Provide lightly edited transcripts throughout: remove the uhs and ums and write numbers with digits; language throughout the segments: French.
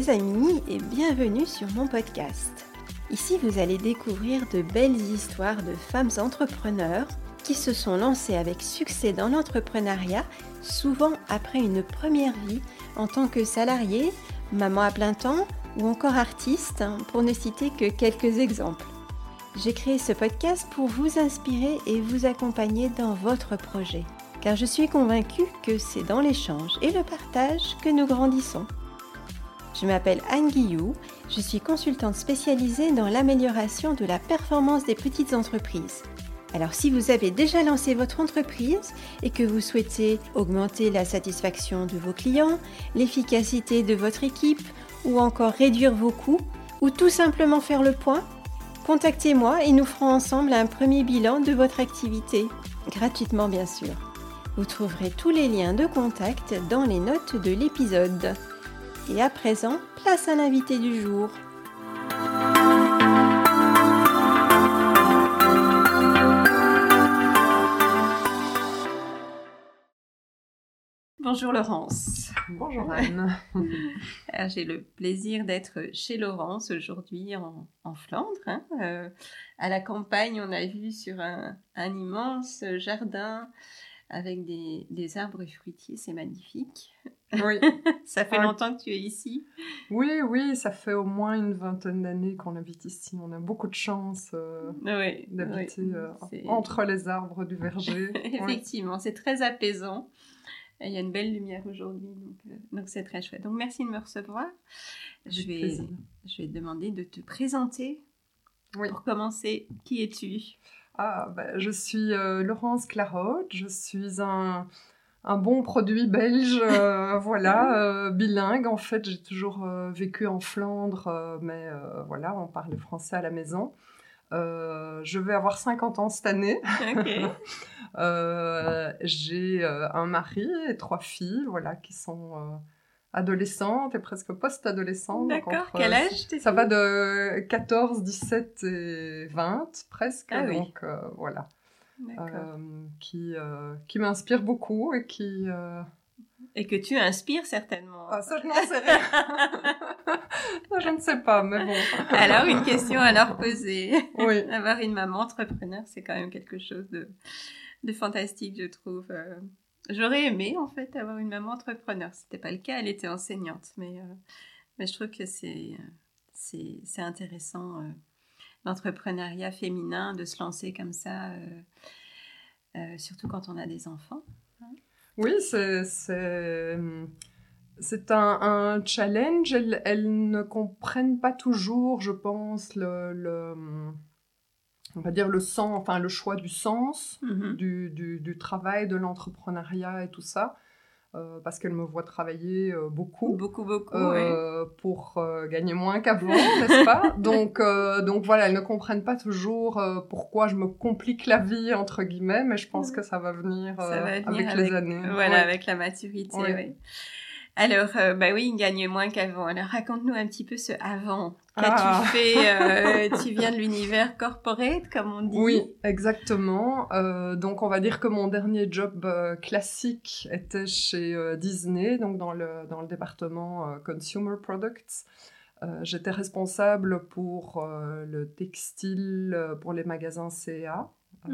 les amis et bienvenue sur mon podcast. Ici, vous allez découvrir de belles histoires de femmes entrepreneurs qui se sont lancées avec succès dans l'entrepreneuriat, souvent après une première vie en tant que salariée, maman à plein temps ou encore artiste, pour ne citer que quelques exemples. J'ai créé ce podcast pour vous inspirer et vous accompagner dans votre projet, car je suis convaincue que c'est dans l'échange et le partage que nous grandissons. Je m'appelle Anne Guillou, je suis consultante spécialisée dans l'amélioration de la performance des petites entreprises. Alors si vous avez déjà lancé votre entreprise et que vous souhaitez augmenter la satisfaction de vos clients, l'efficacité de votre équipe ou encore réduire vos coûts ou tout simplement faire le point, contactez-moi et nous ferons ensemble un premier bilan de votre activité, gratuitement bien sûr. Vous trouverez tous les liens de contact dans les notes de l'épisode. Et à présent, place à l'invité du jour. Bonjour Laurence. Bonjour Anne. Alors, j'ai le plaisir d'être chez Laurence aujourd'hui en Flandre. À la campagne, on a vu sur un immense jardin avec des arbres fruitiers, c'est magnifique. Oui. Ça fait longtemps que tu es ici. Oui, ça fait au moins une vingtaine d'années qu'on habite ici. On a beaucoup de chance d'habiter entre les arbres du verger. Effectivement, c'est très apaisant. Il y a une belle lumière aujourd'hui, donc c'est très chouette. Donc merci de me recevoir. Je vais te demander de te présenter. Oui. Pour commencer, qui es-tu ? Je suis Laurence Clarotte, je suis un bon produit belge, bilingue. En fait, j'ai toujours vécu en Flandre, mais on parle français à la maison. Je vais avoir 50 ans cette année. Okay. J'ai un mari et 3 filles, qui sont adolescentes et presque post-adolescentes. D'accord, quel âge ça va de 14, 17 et 20 presque, qui m'inspire beaucoup et qui... Et que tu inspires certainement. Ça, je n'en sais rien. Ça, je ne sais pas, mais bon. Alors, une question à leur poser. Oui. Avoir une maman entrepreneur, c'est quand même quelque chose de fantastique, je trouve. J'aurais aimé, en fait, avoir une maman entrepreneur. C'était pas le cas, elle était enseignante. Mais je trouve que c'est intéressant, l'entrepreneuriat féminin, de se lancer comme ça, surtout quand on a des enfants. Oui, c'est un challenge. Elles ne comprennent pas toujours, je pense, on va dire le choix du sens, du travail, de l'entrepreneuriat et tout ça, parce qu'elles me voient travailler beaucoup, pour gagner moins qu'avant, n'est-ce pas ? Donc elles ne comprennent pas toujours pourquoi je me complique la vie, entre guillemets, mais je pense que ça va venir, avec les années. Voilà, avec la maturité, oui. Alors, il gagne moins qu'avant. Alors, raconte-nous un petit peu ce avant. Qu'as-tu fait Tu viens de l'univers corporate, comme on dit. Oui, exactement. Donc, on va dire que mon dernier job classique était chez Disney, donc dans le département Consumer Products. J'étais responsable pour le textile pour les magasins CA,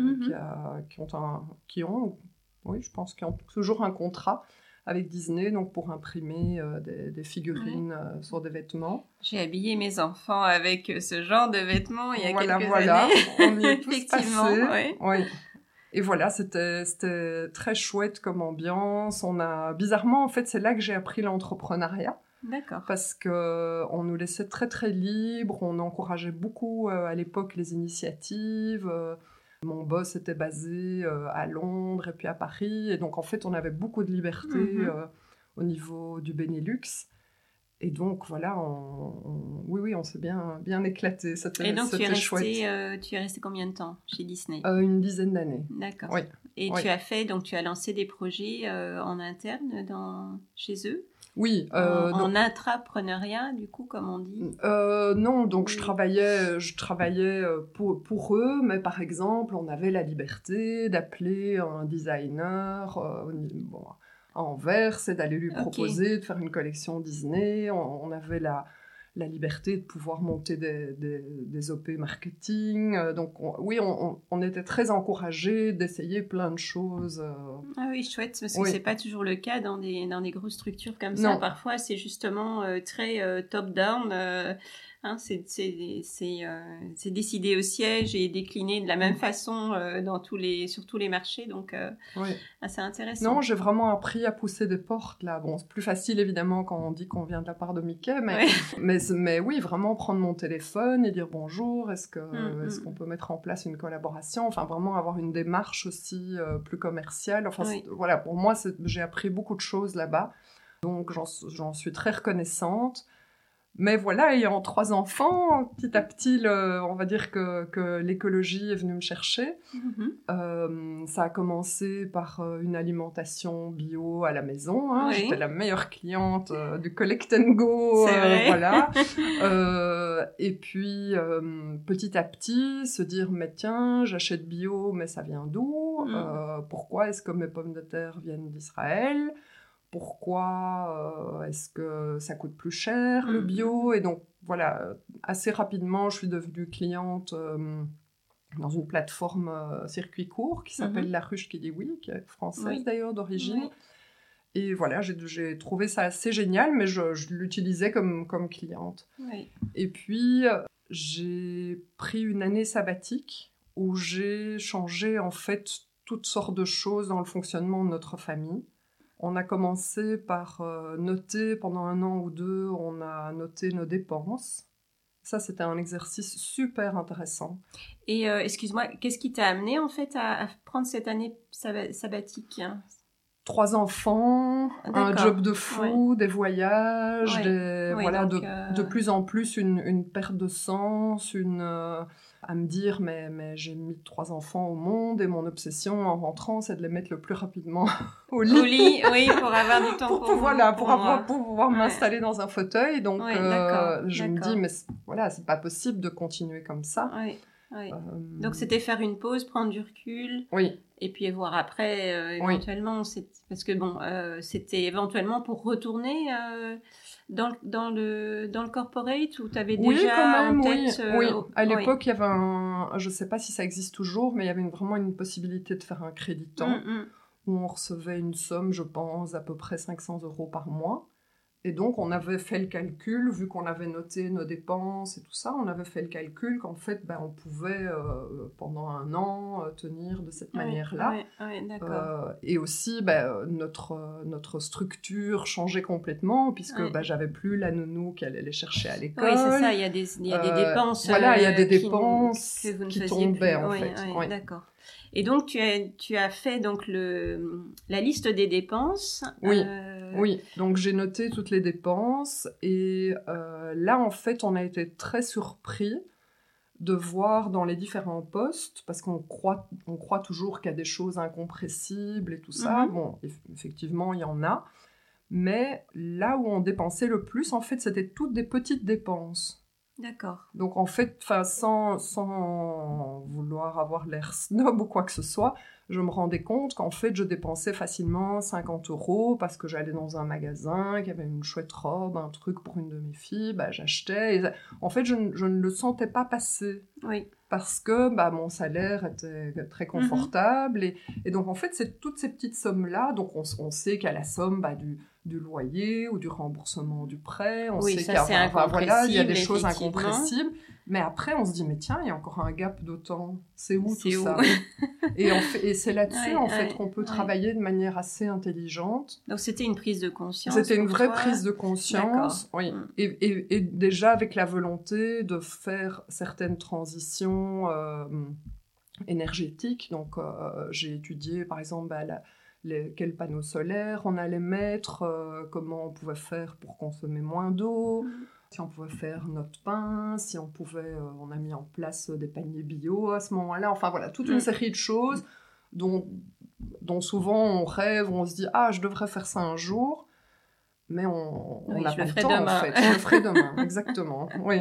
qui ont toujours un contrat avec Disney, donc pour imprimer des figurines sur des vêtements. J'ai habillé mes enfants avec ce genre de vêtements il y a quelques années. On y est tous passés. Oui. Et voilà, c'était très chouette comme ambiance. Bizarrement, en fait, c'est là que j'ai appris l'entrepreneuriat. D'accord. Parce qu'on nous laissait très très libres, on encourageait beaucoup à l'époque les initiatives. Mon boss était basé à Londres et puis à Paris, et donc en fait on avait beaucoup de liberté au niveau du Benelux. Et donc voilà, on s'est bien éclaté. Et donc chouette. Tu es resté combien de temps chez Disney ? Une dizaine d'années. D'accord. Oui. Et tu as lancé des projets en interne chez eux ? Oui. En intrapreneuriat, du coup, comme on dit. Non, donc je travaillais pour eux, mais par exemple, on avait la liberté d'appeler un designer, Anvers et d'aller lui proposer de faire une collection Disney. On avait la liberté de pouvoir monter des OP marketing. Donc, on était très encouragés d'essayer plein de choses. Ah oui, chouette, parce que c'est pas toujours le cas dans des grosses structures comme ça. Parfois, c'est justement très top-down. C'est décidé au siège et décliné de la même façon sur tous les marchés, donc c'est intéressant. Non, j'ai vraiment appris à pousser des portes là. Bon, c'est plus facile évidemment quand on dit qu'on vient de la part de Mickey, mais oui, vraiment prendre mon téléphone et dire bonjour, est-ce qu'on peut mettre en place une collaboration, enfin vraiment avoir une démarche aussi plus commerciale. Enfin voilà, pour moi j'ai appris beaucoup de choses là-bas, donc j'en suis très reconnaissante. Mais voilà, ayant 3 enfants, petit à petit, on va dire que l'écologie est venue me chercher. Ça a commencé par une alimentation bio à la maison. Hein. J'étais la meilleure cliente du Collect and Go. C'est vrai. Voilà. Et puis, petit à petit, se dire, mais tiens, j'achète bio, mais ça vient d'où ? Pourquoi est-ce que mes pommes de terre viennent d'Israël ? Pourquoi est-ce que ça coûte plus cher, le bio ? Et donc, voilà, assez rapidement, je suis devenue cliente dans une plateforme circuit court qui s'appelle La Ruche qui dit oui, qui est française d'ailleurs d'origine. Oui. Et voilà, j'ai trouvé ça assez génial, mais je l'utilisais comme cliente. Oui. Et puis, j'ai pris une année sabbatique où j'ai changé en fait toutes sortes de choses dans le fonctionnement de notre famille. On a commencé par noter, pendant 1 an ou 2, on a noté nos dépenses. Ça, c'était un exercice super intéressant. Et excuse-moi, qu'est-ce qui t'a amené en fait à prendre cette année sabbatique ? 3 enfants, un job de fou, des voyages, de plus en plus une perte de sens, à me dire mais j'ai mis 3 enfants au monde et mon obsession en rentrant c'est de les mettre le plus rapidement au lit. Au lit, oui, pour avoir du temps pour pouvoir m'installer dans un fauteuil. Donc je me dis mais c'est pas possible de continuer comme ça. Oui. Donc c'était faire une pause, prendre du recul. Oui. Et puis voir après éventuellement, parce que c'était éventuellement pour retourner dans le corporate où tu avais déjà quand même, en tête. Oui. À l'époque, il y avait je sais pas si ça existe toujours, mais il y avait vraiment une possibilité de faire un crédit temps où on recevait une somme, je pense, à peu près 500 € par mois. Et donc, on avait fait le calcul, vu qu'on avait noté nos dépenses et tout ça, on avait fait le calcul qu'en fait, on pouvait, pendant 1 an, tenir de cette manière-là. Oui, d'accord. Et aussi, notre structure changeait complètement, puisque j'avais plus la nounou qui allait les chercher à l'école. Oui, c'est ça, il y a des dépenses. Voilà, il y a des dépenses qui tombaient, en fait. Oui, d'accord. Et donc, tu as fait donc la liste des dépenses. Oui, donc j'ai noté toutes les dépenses et là, en fait, on a été très surpris de voir dans les différents postes, parce qu'on croit toujours qu'il y a des choses incompressibles et tout ça. Bon, effectivement, il y en a. Mais là où on dépensait le plus, en fait, c'était toutes des petites dépenses. D'accord. Donc en fait, sans vouloir avoir l'air snob ou quoi que ce soit, je me rendais compte qu'en fait, je dépensais facilement 50 € parce que j'allais dans un magasin, qu'il y avait une chouette robe, un truc pour une de mes filles, j'achetais. Et en fait, je ne le sentais pas passer. Oui. Parce que mon salaire était très confortable. Et donc, en fait, c'est toutes ces petites sommes-là. Donc, on sait qu'il y a la somme du loyer ou du remboursement du prêt. On sait qu'il y a des choses incompressibles. Mais après, on se dit, mais tiens, il y a encore un gap de temps. C'est où tout ça ? Et c'est là-dessus, en fait, qu'on peut travailler de manière assez intelligente. Donc, c'était une prise de conscience. C'était une vraie prise de conscience. Oui. Et déjà, avec la volonté de faire certaines transitions énergétiques. Donc, j'ai étudié, par exemple, quels panneaux solaires on allait mettre, comment on pouvait faire pour consommer moins d'eau. Si on pouvait faire notre pain, si on pouvait... on a mis en place des paniers bio à ce moment-là. Enfin, voilà, toute une série de choses dont souvent on rêve, on se dit « Ah, je devrais faire ça un jour », mais on n'a pas le temps, demain. En fait. Je le ferai demain, exactement. Oui.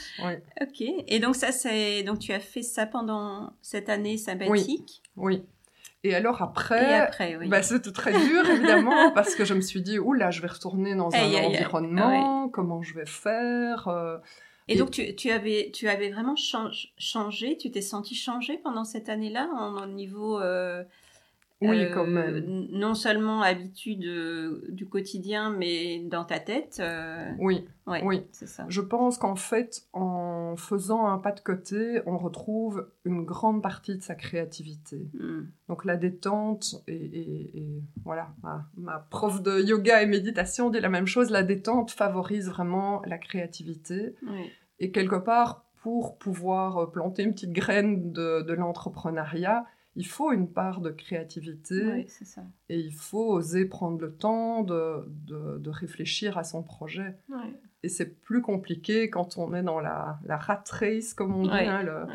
Ok. Et donc, donc tu as fait ça pendant cette année sabbatique ? Oui. Et alors après oui. C'était très dur, évidemment, parce que je me suis dit, oula, je vais retourner dans un environnement, comment je vais faire Et donc, tu avais vraiment changé, tu t'es sentie changer pendant cette année-là, au niveau... oui, quand même. Non seulement habitude du quotidien, mais dans ta tête. Oui, c'est ça. Je pense qu'en fait, en faisant un pas de côté, on retrouve une grande partie de sa créativité. Donc la détente, et voilà, ma prof de yoga et méditation dit la même chose, la détente favorise vraiment la créativité. Et quelque part, pour pouvoir planter une petite graine de l'entrepreneuriat, il faut une part de créativité c'est ça. Et il faut oser prendre le temps de réfléchir à son projet. Et c'est plus compliqué quand on est dans la rat race, comme on dit,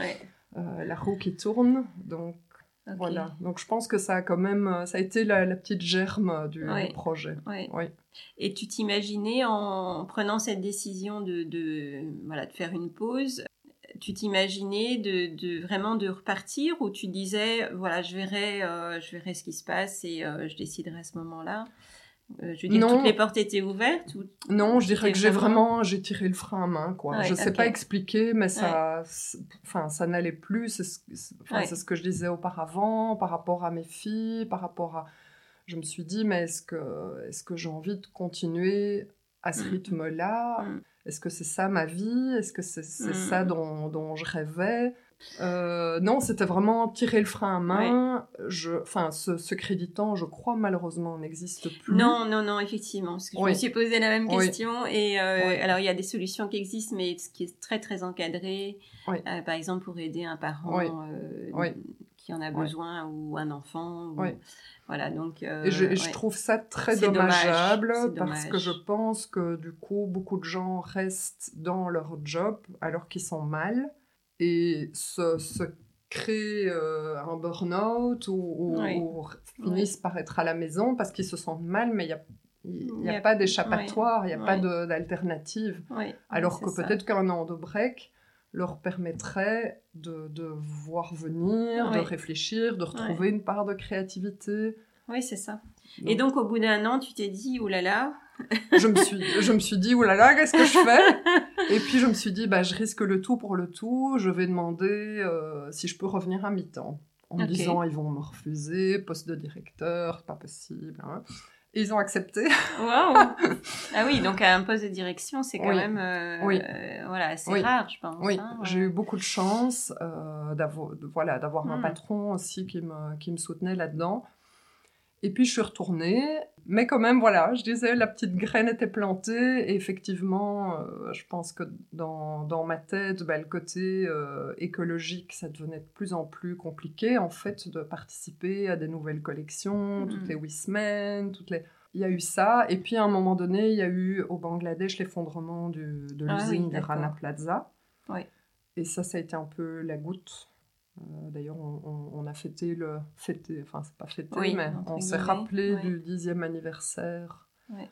la roue qui tourne. Donc, voilà. Donc, je pense que ça a été la petite germe du projet. Et tu t'imaginais, en prenant cette décision de faire une pause, tu t'imaginais vraiment de repartir, ou tu disais, voilà, je verrai ce qui se passe et je déciderai à ce moment-là? Je veux dire, toutes les portes étaient ouvertes, Non, je dirais que j'ai tiré le frein à main, quoi. Je sais pas expliquer, mais ça n'allait plus. C'est ce que je disais auparavant, par rapport à mes filles, je me suis dit, mais est-ce que j'ai envie de continuer à ce rythme-là? Est-ce que c'est ça ma vie? Est-ce que c'est ça dont je rêvais? Non, c'était vraiment tirer le frein à main. Ce créditant, je crois, malheureusement, n'existe plus. Non, effectivement. Parce que je me suis posé la même question. Et alors, il y a des solutions qui existent, mais ce qui est très, très encadré. Par exemple, pour aider un parent qui en a besoin, ou un enfant. Voilà, donc... et je trouve ça très dommageable, parce que je pense que, du coup, beaucoup de gens restent dans leur job alors qu'ils sont mal. Et se créent un burn-out ou finissent par être à la maison parce qu'ils se sentent mal, mais il n'y a pas d'échappatoire, il n'y a pas d'alternative. Alors que peut-être qu'un an de break leur permettrait de voir venir, de réfléchir, de retrouver une part de créativité. Oui, c'est ça. Et donc, au bout d'1 an, tu t'es dit, oulala... je me suis dit, oulala, qu'est-ce que je fais? Et puis, je me suis dit, je risque le tout pour le tout. Je vais demander si je peux revenir à mi-temps. En me disant, ils vont me refuser, poste de directeur, c'est pas possible. Hein. Et ils ont accepté. Waouh! Ah oui, donc un poste de direction, c'est quand même assez rare, je pense. Oui, j'ai eu beaucoup de chance d'avoir un patron aussi qui me soutenait là-dedans. Et puis, je suis retournée. Mais quand même, je disais, la petite graine était plantée. Et effectivement, je pense que dans ma tête, le côté écologique, ça devenait de plus en plus compliqué, en fait, de participer à des nouvelles collections, toutes les 8 semaines, Il y a eu ça. Et puis, à un moment donné, il y a eu au Bangladesh l'effondrement de l'usine de Rana Plaza. Et ça a été un peu la goutte. D'ailleurs, on a fêté, enfin, c'est pas fêté, mais on s'est rappelé du 10e anniversaire,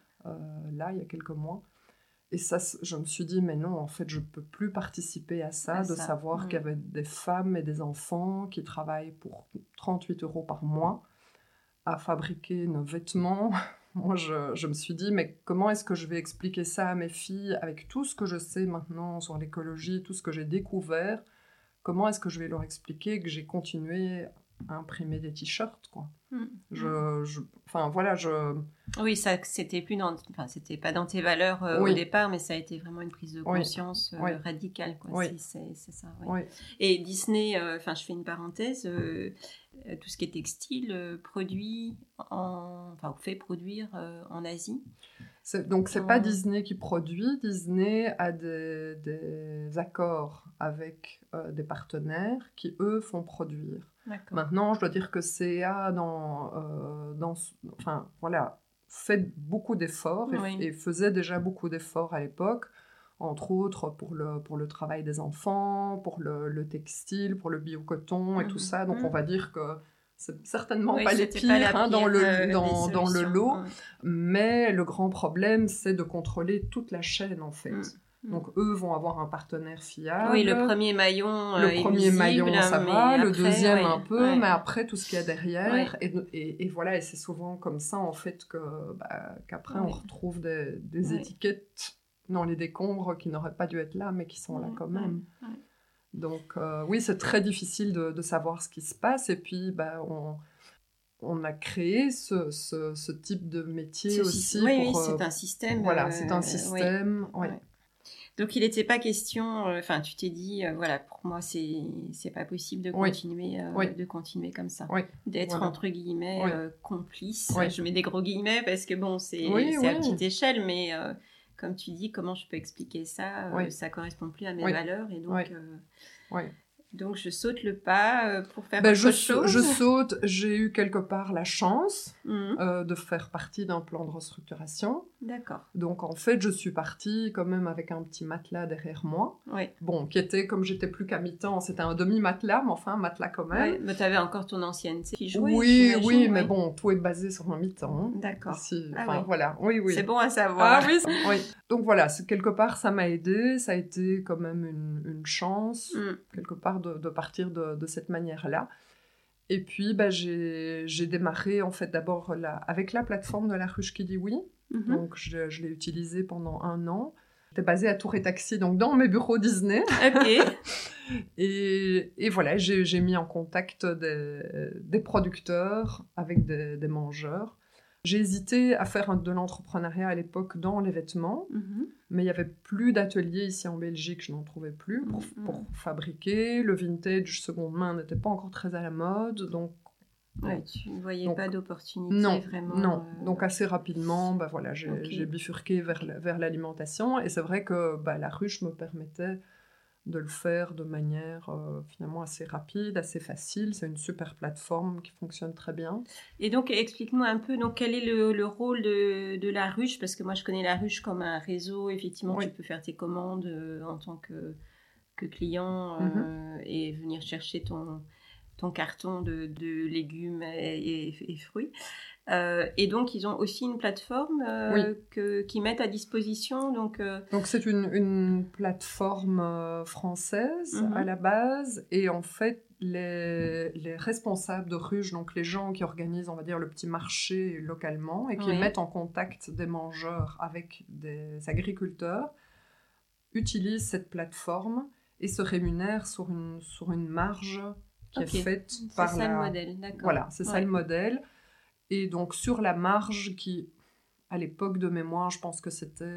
là, il y a quelques mois. Et ça, je me suis dit, mais non, en fait, je peux plus participer à ça, savoir qu'il y avait des femmes et des enfants qui travaillent pour 38 € par mois à fabriquer nos vêtements. Moi, je me suis dit, mais comment est-ce que je vais expliquer ça à mes filles avec tout ce que je sais maintenant sur l'écologie, tout ce que j'ai découvert? Comment est-ce que je vais leur expliquer que j'ai continué à imprimer des t-shirts, quoi? Oui, ça, c'était pas dans tes valeurs au départ, mais ça a été vraiment une prise de conscience radicale, quoi. C'est ça. Et Disney, je fais une parenthèse, tout ce qui est textile, fait produire en Asie. Donc, c'est pas Disney qui produit. Disney a des accords avec des partenaires qui, eux, font produire. D'accord. Maintenant, je dois dire que CA fait beaucoup d'efforts et faisait déjà beaucoup d'efforts à l'époque, entre autres pour le travail des enfants, pour le textile, pour le biocoton et tout ça. Donc, on va dire que c'est certainement pas les pires dans le lot, mais le grand problème, c'est de contrôler toute la chaîne, en fait. Donc, eux vont avoir un partenaire fiable. Oui, le premier maillon le premier maillon, ça va. Le deuxième, un peu. Ouais. Mais après, tout ce qu'il y a derrière. Ouais. Et voilà, et c'est souvent comme ça, en fait, qu'après, on retrouve des étiquettes dans les décombres qui n'auraient pas dû être là, mais qui sont là quand même. Ouais. Donc, oui, c'est très difficile de savoir ce qui se passe. Et puis, on a créé ce type de métier aussi. Oui, c'est un système. Voilà, c'est un système. Oui. Ouais. Donc, il n'était pas question... tu t'es dit, voilà, pour moi, c'est pas possible de continuer, de continuer comme ça. Oui. D'être, entre guillemets, complice. Oui. Je mets des gros guillemets parce que, bon, c'est à petite échelle, mais... comme tu dis, comment je peux expliquer ça ça correspond plus à mes valeurs et donc donc je saute le pas pour faire autre chose. Je saute, j'ai eu quelque part la chance de faire partie d'un plan de restructuration. D'accord. Donc en fait, je suis partie quand même avec un petit matelas derrière moi. Oui. Bon, qui était, comme j'étais plus qu'à mi-temps, c'était un demi-matelas, mais enfin un matelas quand même. Oui, mais tu avais encore ton ancienneté qui jouait. Oui, mais bon, tout est basé sur un mi-temps. D'accord. Voilà, oui. C'est bon à savoir. Ah oui. Donc voilà, quelque part, ça m'a aidée, ça a été quand même une chance, quelque part, de partir de cette manière-là. Et puis, j'ai démarré, en fait, d'abord avec la plateforme de La Ruche qui dit oui. Donc, je l'ai utilisée pendant 1 an. J'étais basée à Tour et Taxi, donc dans mes bureaux Disney. Ok. et voilà, j'ai mis en contact des producteurs avec des mangeurs. J'ai hésité à faire de l'entrepreneuriat à l'époque dans les vêtements, mais il n'y avait plus d'ateliers ici en Belgique, je n'en trouvais plus pour fabriquer. Le vintage seconde main n'était pas encore très à la mode, donc... tu ne voyais pas d'opportunité vraiment. Non, donc assez rapidement, j'ai bifurqué vers l'alimentation, et c'est vrai que La Ruche me permettait de le faire de manière finalement assez rapide, assez facile. C'est une super plateforme qui fonctionne très bien. Et donc, explique-nous un peu quel est le rôle de La Ruche, parce que moi, je connais La Ruche comme un réseau. Effectivement, tu peux faire tes commandes en tant que client et venir chercher ton carton de légumes et fruits. Et donc, ils ont aussi une plateforme qu'ils mettent à disposition. Donc c'est une plateforme française à la base. Et en fait, les responsables de ruches, donc les gens qui organisent, on va dire, le petit marché localement et qui mettent en contact des mangeurs avec des agriculteurs, utilisent cette plateforme et se rémunèrent sur une marge qui est faite par C'est ça le modèle, d'accord. Voilà, c'est ça le modèle. Et donc, sur la marge qui, à l'époque de mémoire, je pense que c'était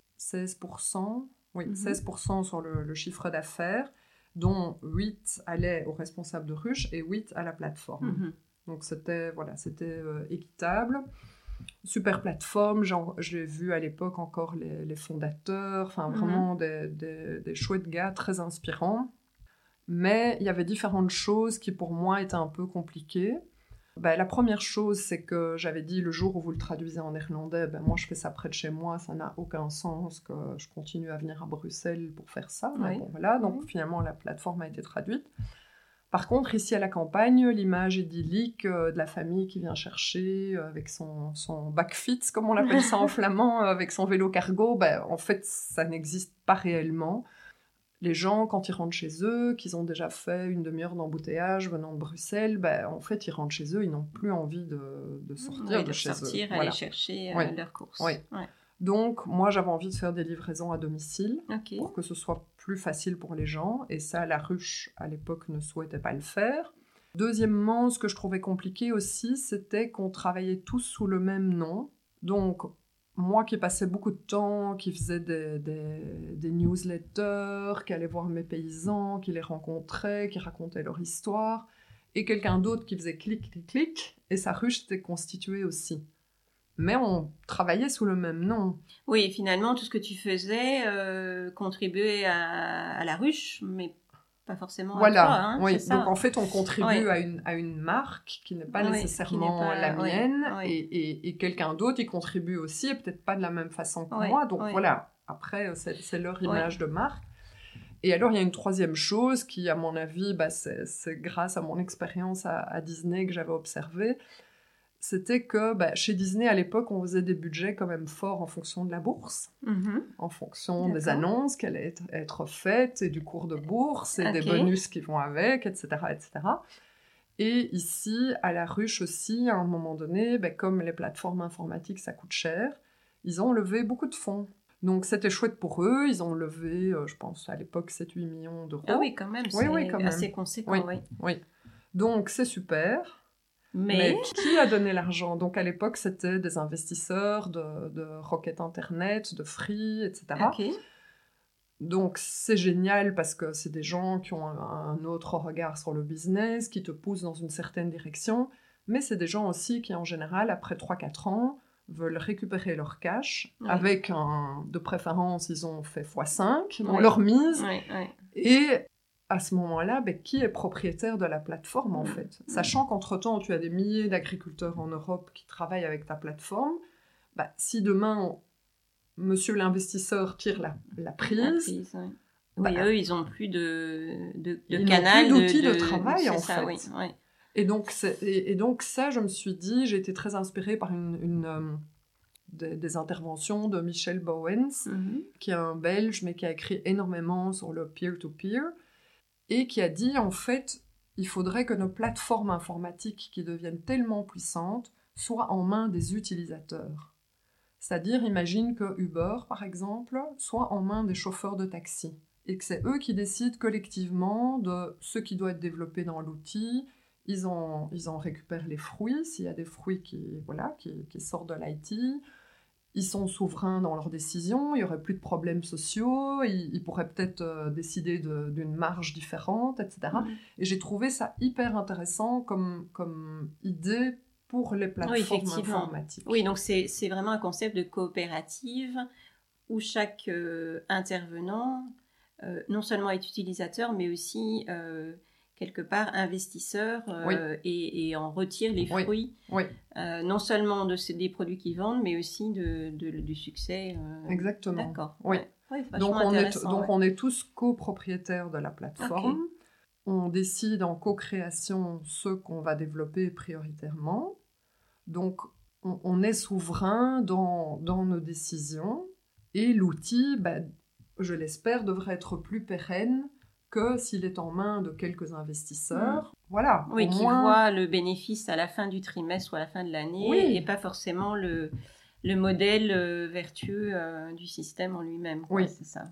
16%. Oui, 16% sur le chiffre d'affaires, dont 8 allaient aux responsables de ruche et 8 à la plateforme. Donc, c'était équitable. Super plateforme, j'ai vu à l'époque encore les fondateurs, enfin vraiment des chouettes gars très inspirants. Mais il y avait différentes choses qui, pour moi, étaient un peu compliquées. La première chose, c'est que j'avais dit, le jour où vous le traduisez en néerlandais, moi, je fais ça près de chez moi, ça n'a aucun sens que je continue à venir à Bruxelles pour faire ça. Mais bon, voilà, donc finalement, la plateforme a été traduite. Par contre, ici à la campagne, l'image idyllique de la famille qui vient chercher avec son backfit, comme on l'appelle ça en flamand, avec son vélo cargo, en fait, ça n'existe pas réellement. Les gens, quand ils rentrent chez eux, qu'ils ont déjà fait une demi-heure d'embouteillage venant de Bruxelles, en fait, ils rentrent chez eux, ils n'ont plus envie de sortir de chez eux. Aller chercher leurs courses. Oui. Donc, moi, j'avais envie de faire des livraisons à domicile pour que ce soit plus facile pour les gens. Et ça, La Ruche, à l'époque, ne souhaitait pas le faire. Deuxièmement, ce que je trouvais compliqué aussi, c'était qu'on travaillait tous sous le même nom. Donc, moi qui passais beaucoup de temps, qui faisais des newsletters, qui allait voir mes paysans, qui les rencontrait, qui racontait leur histoire, et quelqu'un d'autre qui faisait clic, clic, clic, et sa ruche était constituée aussi. Mais on travaillait sous le même nom. Oui, finalement, tout ce que tu faisais contribuait à la ruche, mais pas forcément à toi. Oui. Donc en fait, on contribue à une marque qui n'est pas nécessairement la mienne, et quelqu'un d'autre y contribue aussi, et peut-être pas de la même façon que moi. Donc voilà, après, c'est leur image de marque. Et alors, il y a une troisième chose qui, à mon avis, c'est grâce à mon expérience à Disney que j'avais observé, c'était que chez Disney, à l'époque, on faisait des budgets quand même forts en fonction de la bourse, en fonction des annonces qui allaient être faites, et du cours de bourse, et des bonus qui vont avec, etc., etc. Et ici, à La Ruche aussi, à un moment donné, comme les plateformes informatiques, ça coûte cher, ils ont levé beaucoup de fonds. Donc c'était chouette pour eux, ils ont levé, je pense, à l'époque, 7-8 millions d'euros. Ah oui, quand même, c'est assez conséquent, oui. Donc c'est super. Mais qui a donné l'argent? Donc à l'époque, c'était des investisseurs de Rocket Internet, de Free, etc. Donc c'est génial parce que c'est des gens qui ont un autre regard sur le business, qui te poussent dans une certaine direction, mais c'est des gens aussi qui, en général, après 3-4 ans, veulent récupérer leur cash, avec de préférence, ils ont fait x5 dans leur mise, et à ce moment-là, qui est propriétaire de la plateforme, en fait? Sachant qu'entre-temps, tu as des milliers d'agriculteurs en Europe qui travaillent avec ta plateforme, si demain, monsieur l'investisseur tire la prise... eux, ils n'ont plus de canal, plus d'outils de travail, en fait. Oui. Et donc, ça, je me suis dit, j'ai été très inspirée par des interventions de Michel Bowens, qui est un Belge, mais qui a écrit énormément sur le peer-to-peer, et qui a dit, en fait, il faudrait que nos plateformes informatiques qui deviennent tellement puissantes soient en main des utilisateurs. C'est-à-dire, imagine que Uber, par exemple, soit en main des chauffeurs de taxi, et que c'est eux qui décident collectivement de ce qui doit être développé dans l'outil. Ils en récupèrent les fruits, s'il y a des fruits qui sortent de l'IT. Ils sont souverains dans leurs décisions, il n'y aurait plus de problèmes sociaux, ils pourraient peut-être décider d'une marge différente, etc. Et j'ai trouvé ça hyper intéressant comme idée pour les plateformes informatiques. Oui, donc c'est vraiment un concept de coopérative où chaque intervenant, non seulement est utilisateur, mais aussi... quelque part investisseur et en retire les fruits, non seulement des produits qu'ils vendent, mais aussi du succès. Exactement. D'accord. Oui. Donc on est tous copropriétaires de la plateforme. On décide en co-création ce qu'on va développer prioritairement. Donc on est souverain dans nos décisions. Et l'outil, je l'espère, devrait être plus pérenne que s'il est en main de quelques investisseurs. Voilà. Oui, qui voient le bénéfice à la fin du trimestre ou à la fin de l'année, et pas forcément le modèle vertueux du système en lui-même. Oui, c'est ça.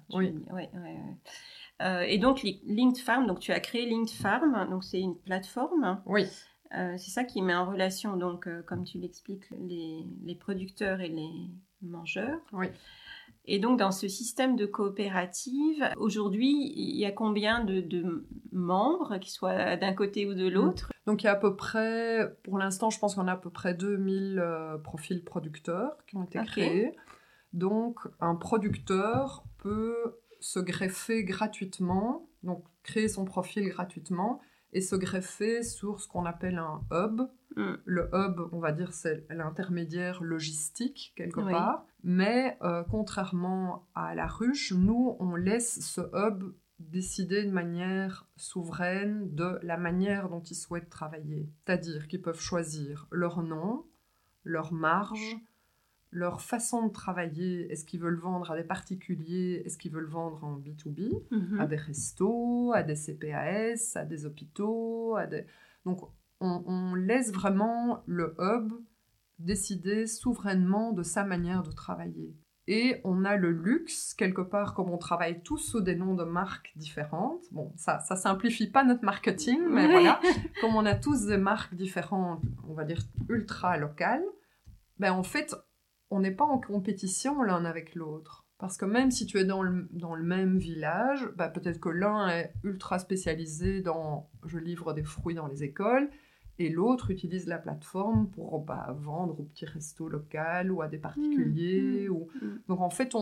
Et donc, Linked Farm, donc tu as créé Linked Farm, donc c'est une plateforme. Oui. C'est ça qui met en relation, donc, comme tu l'expliques, les producteurs et les mangeurs. Oui. Et donc, dans ce système de coopérative, aujourd'hui, il y a combien de membres, qu'ils soient d'un côté ou de l'autre? Donc, il y a à peu près, pour l'instant, je pense qu'on a à peu près 2000 profils producteurs qui ont été créés. Donc, un producteur peut se greffer gratuitement, donc créer son profil gratuitement, et se greffer sur ce qu'on appelle un hub. Le hub, on va dire, c'est l'intermédiaire logistique, quelque part. Mais contrairement à La Ruche, nous, on laisse ce hub décider de manière souveraine de la manière dont ils souhaitent travailler. C'est-à-dire qu'ils peuvent choisir leur nom, leur marge, leur façon de travailler. Est-ce qu'ils veulent vendre à des particuliers? Est-ce qu'ils veulent vendre en B2B? À des restos, à des CPAS, à des hôpitaux, Donc, on laisse vraiment le hub décider souverainement de sa manière de travailler. Et on a le luxe, quelque part, comme on travaille tous sous des noms de marques différentes. Bon, ça simplifie pas notre marketing, mais voilà. Comme on a tous des marques différentes, on va dire ultra locales, en fait, on n'est pas en compétition l'un avec l'autre. Parce que même si tu es dans le même village, peut-être que l'un est ultra spécialisé dans « je livre des fruits dans les écoles », et l'autre utilise la plateforme pour vendre au petit resto local ou à des particuliers. Donc en fait,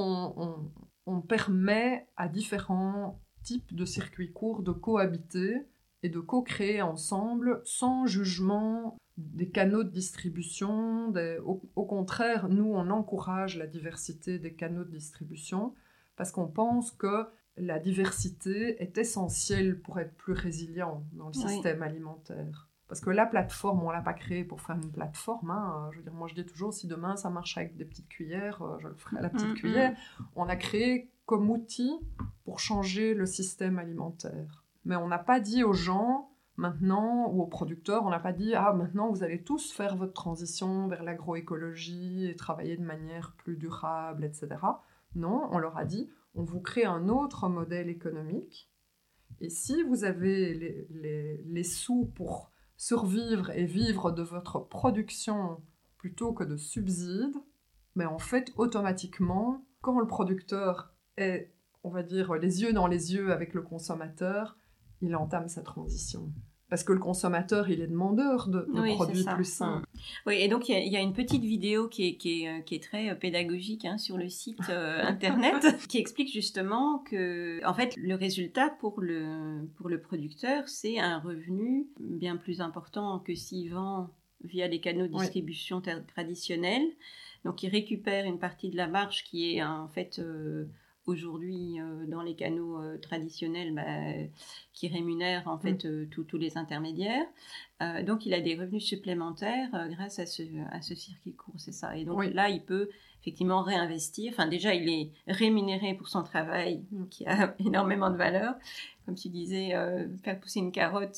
on permet à différents types de circuits courts de cohabiter et de co-créer ensemble sans jugement des canaux de distribution. Au contraire, nous, on encourage la diversité des canaux de distribution parce qu'on pense que la diversité est essentielle pour être plus résilient dans le système alimentaire. Parce que la plateforme, on ne l'a pas créée pour faire une plateforme. Hein. Je veux dire, moi, je dis toujours, si demain, ça marche avec des petites cuillères, je le ferai à la petite cuillère. On a créé comme outil pour changer le système alimentaire. Mais on n'a pas dit aux gens, maintenant, ou aux producteurs, on n'a pas dit, maintenant, vous allez tous faire votre transition vers l'agroécologie et travailler de manière plus durable, etc. Non, on leur a dit, on vous crée un autre modèle économique. Et si vous avez les sous pour survivre et vivre de votre production plutôt que de subsides, mais en fait, automatiquement, quand le producteur est, on va dire, les yeux dans les yeux avec le consommateur, il entame sa transition. Parce que le consommateur, il est demandeur de produits plus sains. Oui, et donc il y a une petite vidéo qui est très pédagogique sur le site internet qui explique justement que, en fait, le résultat pour le producteur, c'est un revenu bien plus important que s'il vend via les canaux de distribution traditionnels. Donc il récupère une partie de la marge qui est en fait... aujourd'hui, dans les canaux traditionnels, qui rémunèrent en fait tous les intermédiaires. Donc, il a des revenus supplémentaires grâce à ce circuit court, c'est ça. Et donc là, il peut effectivement réinvestir. Enfin, déjà, il est rémunéré pour son travail, qui a énormément de valeur. Comme tu disais, faire pousser une carotte,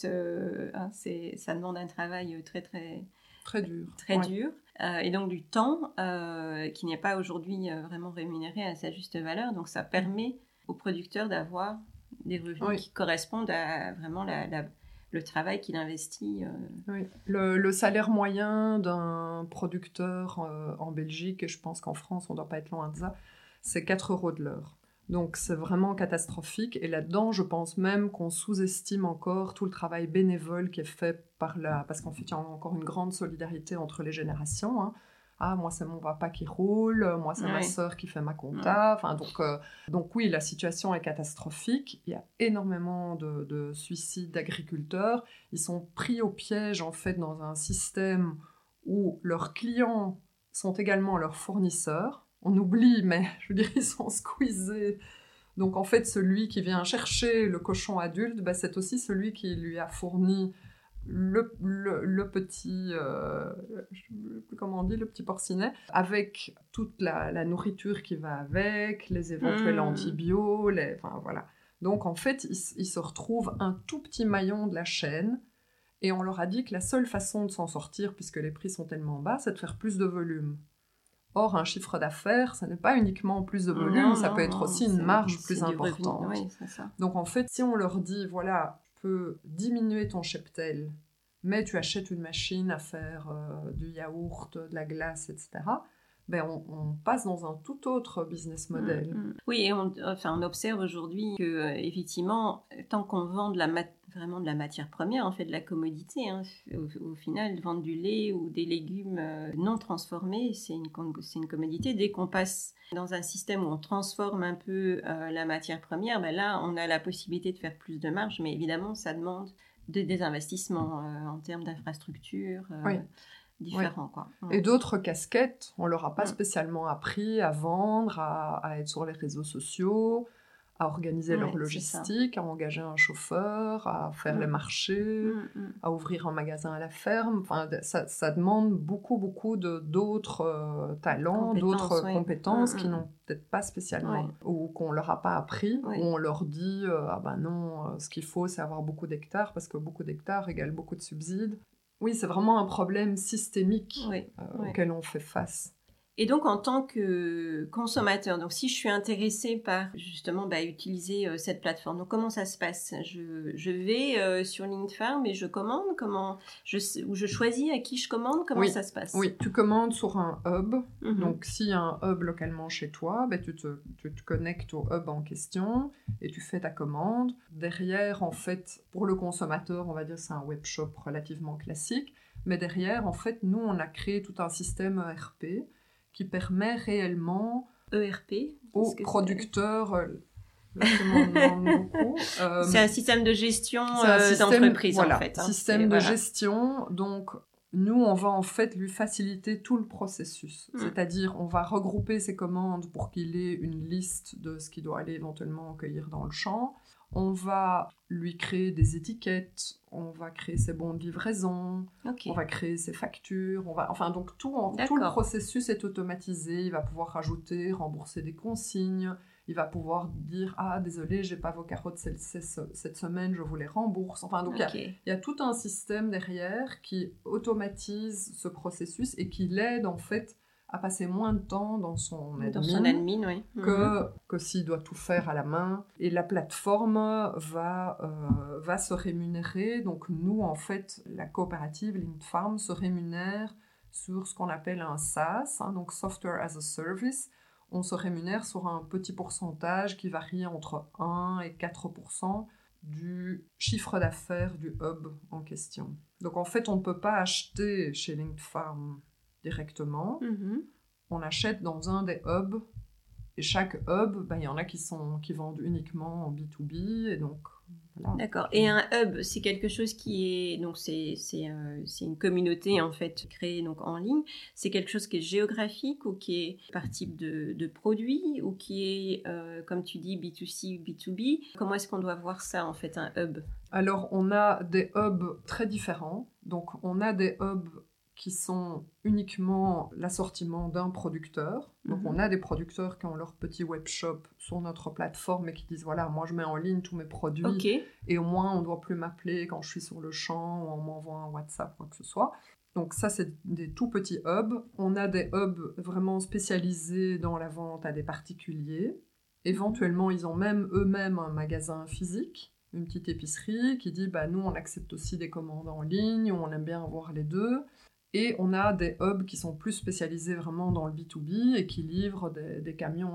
ça demande un travail très dur. Et donc du temps qui n'est pas aujourd'hui vraiment rémunéré à sa juste valeur. Donc ça permet aux producteurs d'avoir des revenus qui correspondent à vraiment le travail qu'il investit. Oui. Le salaire moyen d'un producteur en Belgique, et je pense qu'en France on ne doit pas être loin de ça, c'est 4 € de l'heure. Donc c'est vraiment catastrophique. Et là-dedans, je pense même qu'on sous-estime encore tout le travail bénévole qui est fait parce qu'en fait, il y a encore une grande solidarité entre les générations. Hein. Moi, c'est mon papa qui roule, moi, c'est ma sœur qui fait ma compta. Enfin, donc oui, la situation est catastrophique. Il y a énormément de suicides d'agriculteurs. Ils sont pris au piège, en fait, dans un système où leurs clients sont également leurs fournisseurs. On oublie, mais je veux dire, ils sont squeezés. Donc en fait, celui qui vient chercher le cochon adulte, c'est aussi celui qui lui a fourni le petit, comment on dit, le petit porcinet, avec toute la nourriture qui va avec, les éventuels antibiotiques, enfin voilà. Donc en fait, ils se retrouvent un tout petit maillon de la chaîne, et on leur a dit que la seule façon de s'en sortir, puisque les prix sont tellement bas, c'est de faire plus de volume. Or, un chiffre d'affaires, ça n'est pas uniquement plus de volume, ça peut être aussi une marge plus importante. Oui, c'est ça. Donc en fait, si on leur dit, voilà, tu peux diminuer ton cheptel, mais tu achètes une machine à faire du yaourt, de la glace, etc., on passe dans un tout autre business model. Oui, et on observe aujourd'hui que, effectivement, tant qu'on vend vraiment de la matière première, en fait, de la commodité, au final, vendre du lait ou des légumes non transformés, c'est une commodité. Dès qu'on passe dans un système où on transforme un peu la matière première, là, on a la possibilité de faire plus de marge, mais évidemment, ça demande des investissements en termes d'infrastructures. Différents, quoi. Et d'autres casquettes, on leur a pas spécialement appris à vendre, à être sur les réseaux sociaux, à organiser leur logistique, à engager un chauffeur, à faire les marchés, à ouvrir un magasin à la ferme. Enfin, ça demande beaucoup d'autres talents, d'autres compétences qui n'ont peut-être pas spécialement, ou qu'on leur a pas appris, où on leur dit non, ce qu'il faut, c'est avoir beaucoup d'hectares, parce que beaucoup d'hectares égale beaucoup de subsides. Oui, c'est vraiment un problème systémique auquel on fait face. Et donc, en tant que consommateur, donc si je suis intéressée par justement utiliser cette plateforme, donc comment ça se passe ? Je vais sur Lindfarm et je commande, ou je choisis à qui je commande, comment ça se passe ? Oui, tu commandes sur un hub. Donc, s'il y a un hub localement chez toi, tu te connectes au hub en question et tu fais ta commande. Derrière, en fait, pour le consommateur, on va dire c'est un web shop relativement classique, mais derrière, en fait, nous, on a créé tout un système ERP qui permet réellement ERP aux producteurs... beaucoup. C'est un système de gestion d'entreprise, en fait. Système de gestion. Donc, nous, on va en fait lui faciliter tout le processus. C'est-à-dire, on va regrouper ses commandes pour qu'il ait une liste de ce qu'il doit aller éventuellement cueillir dans le champ. On va lui créer des étiquettes, on va créer ses bons de livraison, on va créer ses factures, donc tout le processus est automatisé. Il va pouvoir rajouter, rembourser des consignes, il va pouvoir dire « Ah, désolé, j'ai pas vos carottes cette semaine, je vous les rembourse ». Il y a tout un système derrière qui automatise ce processus et qui l'aide en fait à passer moins de temps dans son admin, oui. que s'il doit tout faire à la main. Et la plateforme va se rémunérer. Donc nous, en fait, la coopérative Linked Farm se rémunère sur ce qu'on appelle un SaaS, donc Software as a Service. On se rémunère sur un petit pourcentage qui varie entre 1 et 4% du chiffre d'affaires du hub en question. Donc en fait, on ne peut pas acheter chez Linked Farm directement. On achète dans un des hubs, et chaque hub, il y en a qui vendent uniquement en B2B, et donc voilà. D'accord. Et un hub, c'est quelque chose qui est donc c'est une communauté en fait créée donc en ligne. C'est quelque chose qui est géographique ou qui est par type de produit ou qui est comme tu dis B2C ou B2B. Comment est-ce qu'on doit voir ça en fait, un hub? Alors on a des hubs très différents. Donc on a des hubs qui sont uniquement l'assortiment d'un producteur. Donc on a des producteurs qui ont leur petit webshop sur notre plateforme et qui disent voilà, moi je mets en ligne tous mes produits et au moins on ne doit plus m'appeler quand je suis sur le champ ou on m'envoie un WhatsApp, quoi que ce soit. Donc ça, c'est des tout petits hubs. On a des hubs vraiment spécialisés dans la vente à des particuliers. Éventuellement, ils ont même eux-mêmes un magasin physique, une petite épicerie qui dit nous on accepte aussi des commandes en ligne, ou on aime bien avoir les deux. Et on a des hubs qui sont plus spécialisés vraiment dans le B2B et qui livrent des camions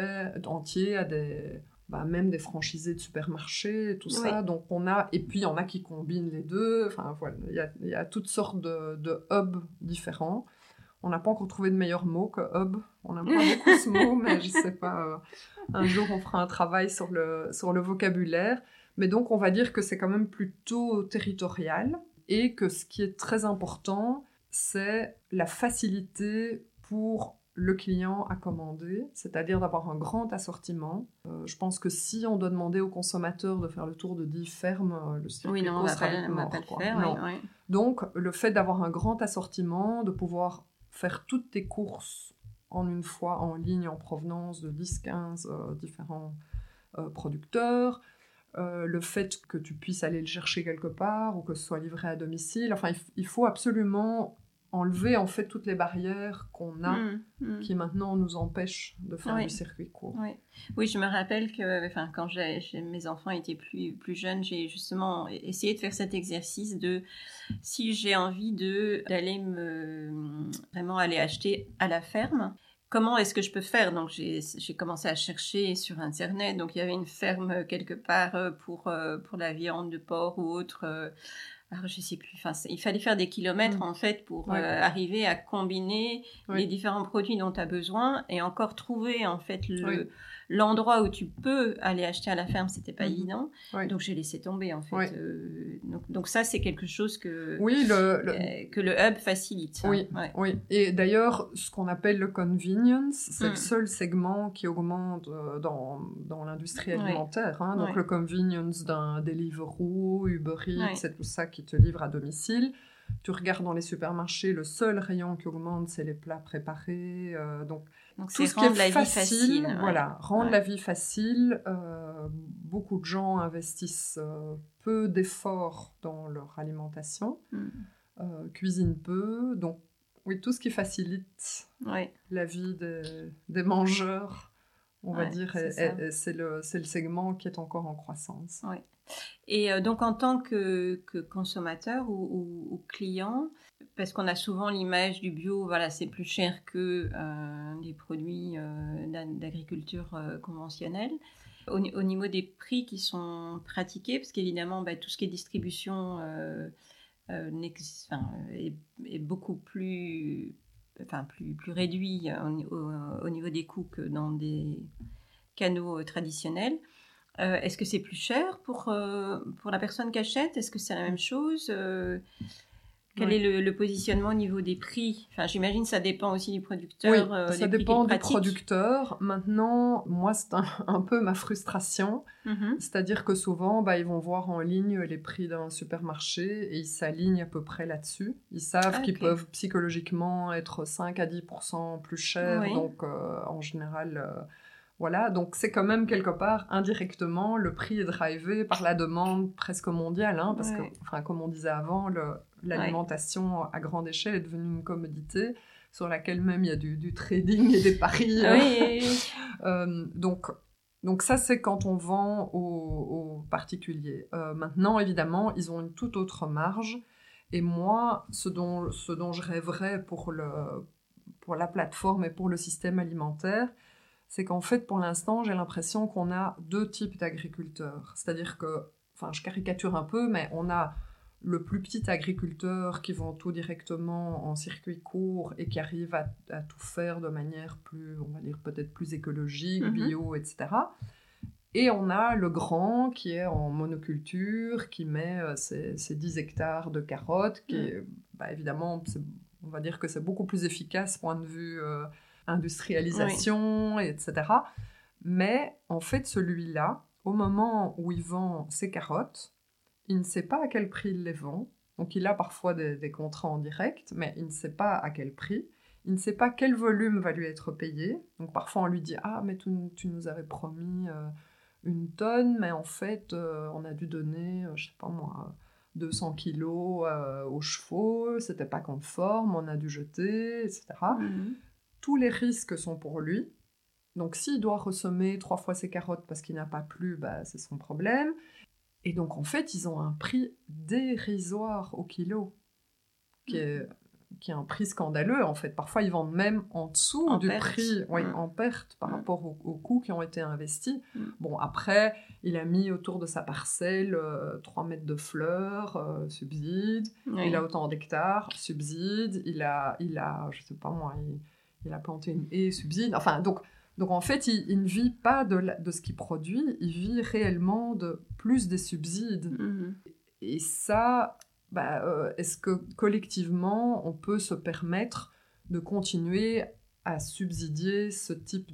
entiers à même des franchisés de supermarchés et tout ça. Donc et puis il y en a qui combinent les deux. Enfin voilà, il y a toutes sortes de hubs différents. On n'a pas encore trouvé de meilleur mot que hub. On n'aime pas beaucoup ce mot, mais je sais pas. Un jour on fera un travail sur le vocabulaire. Mais donc on va dire que c'est quand même plutôt territorial et que ce qui est très important, c'est la facilité pour le client à commander, c'est-à-dire d'avoir un grand assortiment. Je pense que si on doit demander au consommateur de faire le tour de 10 fermes, le circuit sera vite mort. On va pas le faire. Oui. Donc, le fait d'avoir un grand assortiment, de pouvoir faire toutes tes courses en une fois en ligne en provenance de 10-15 différents producteurs, le fait que tu puisses aller le chercher quelque part ou que ce soit livré à domicile, il faut absolument enlever en fait toutes les barrières qu'on a qui maintenant nous empêchent de faire du circuit court. Oui, je me rappelle que quand mes enfants étaient plus jeunes, j'ai justement essayé de faire cet exercice de si j'ai envie d'aller vraiment aller acheter à la ferme. Comment est-ce que je peux faire? Donc, j'ai commencé à chercher sur Internet. Donc, il y avait une ferme quelque part pour la viande de porc ou autre. Alors, je sais plus. Il fallait faire des kilomètres en fait pour arriver à combiner les différents produits dont tu as besoin et encore trouver en fait l'endroit où tu peux aller acheter à la ferme. C'était pas évident. Donc, j'ai laissé tomber en fait. Donc ça, c'est quelque chose que le hub facilite. Oui. Et d'ailleurs, ce qu'on appelle le convenience, c'est le seul segment qui augmente dans l'industrie alimentaire. Donc, le convenience d'un Deliveroo, Uber Eats, c'est tout ça qui te livre à domicile. Tu regardes dans les supermarchés, le seul rayon qui augmente, c'est les plats préparés. Donc tout ce qui est facile, rendre la vie facile. Beaucoup de gens investissent peu d'efforts dans leur alimentation, cuisinent peu. Donc oui, tout ce qui facilite la vie des mangeurs, on va dire, c'est le segment qui est encore en croissance. Et donc, en tant que consommateur ou client, parce qu'on a souvent l'image du bio, c'est plus cher que des produits d'agriculture conventionnelle. Au niveau des prix qui sont pratiqués, parce qu'évidemment, tout ce qui est distribution est beaucoup plus réduit au niveau des coûts que dans des canaux traditionnels. Est-ce que c'est plus cher pour la personne qui achète? Est-ce que c'est la même chose? Quel est le positionnement au niveau des prix? Enfin, j'imagine que ça dépend aussi du producteur. Oui, ça dépend du producteur. Maintenant, moi, c'est un peu ma frustration. C'est-à-dire que souvent, ils vont voir en ligne les prix d'un supermarché et ils s'alignent à peu près là-dessus. Ils savent qu'ils peuvent psychologiquement être 5 à 10% plus chers. Donc, en général... Voilà, donc c'est quand même quelque part, indirectement, le prix est drivé par la demande presque mondiale, parce que, comme on disait avant, l'alimentation à grande échelle est devenue une commodité sur laquelle même il y a du trading et des paris. Donc ça, c'est quand on vend aux particuliers. Maintenant, évidemment, ils ont une toute autre marge. Et moi, ce dont je rêverais pour la plateforme et pour le système alimentaire, c'est qu'en fait, pour l'instant, j'ai l'impression qu'on a 2 types d'agriculteurs. C'est-à-dire que, je caricature un peu, mais on a le plus petit agriculteur qui vend tout directement en circuit court et qui arrive à tout faire de manière plus, on va dire, peut-être plus écologique, bio, etc. Et on a le grand qui est en monoculture, qui met ses 10 hectares de carottes, qui est, évidemment, on va dire que c'est beaucoup plus efficace point de vue... industrialisation, etc. Mais en fait, celui-là, au moment où il vend ses carottes, il ne sait pas à quel prix il les vend. Donc, il a parfois des contrats en direct, mais il ne sait pas à quel prix. Il ne sait pas quel volume va lui être payé. Donc, parfois, on lui dit « Ah, mais tu nous avais promis 1 tonne, mais en fait, on a dû donner, je sais pas moi... 200 kilos aux chevaux, c'était pas conforme, on a dû jeter, etc. Tous les risques sont pour lui. Donc, s'il doit ressemer 3 fois ses carottes parce qu'il n'a pas plu, c'est son problème. Et donc, en fait, ils ont un prix dérisoire au kilo, qui est un prix scandaleux, en fait. Parfois, ils vendent même en dessous du prix, en perte par rapport aux coûts qui ont été investis. Bon, après, il a mis autour de sa parcelle 3 mètres de fleurs, subside. Il a autant d'hectares, subside. Il a je sais pas moi... Il a planté une haie, subside. Enfin, donc en fait, il ne vit pas de ce qu'il produit, il vit réellement de plus des subsides. Et ça, est-ce que collectivement, on peut se permettre de continuer à subsidier ce type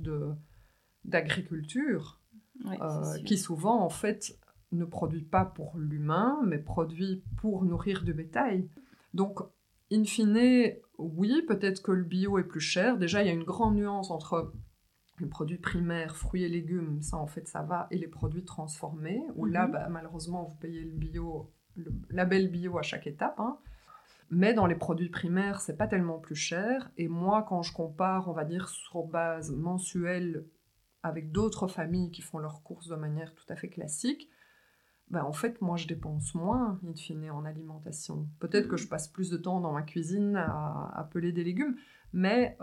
d'agriculture qui souvent, en fait, ne produit pas pour l'humain, mais produit pour nourrir du bétail. Donc, in fine, oui, peut-être que le bio est plus cher. Déjà, il y a une grande nuance entre les produits primaires, fruits et légumes, ça en fait ça va, et les produits transformés, où là, malheureusement, vous payez le label bio à chaque étape. Mais dans les produits primaires, c'est pas tellement plus cher. Et moi, quand je compare, on va dire, sur base mensuelle avec d'autres familles qui font leurs courses de manière tout à fait classique, en fait, moi, je dépense moins, in fine, en alimentation. Peut-être que je passe plus de temps dans ma cuisine à peler des légumes, mais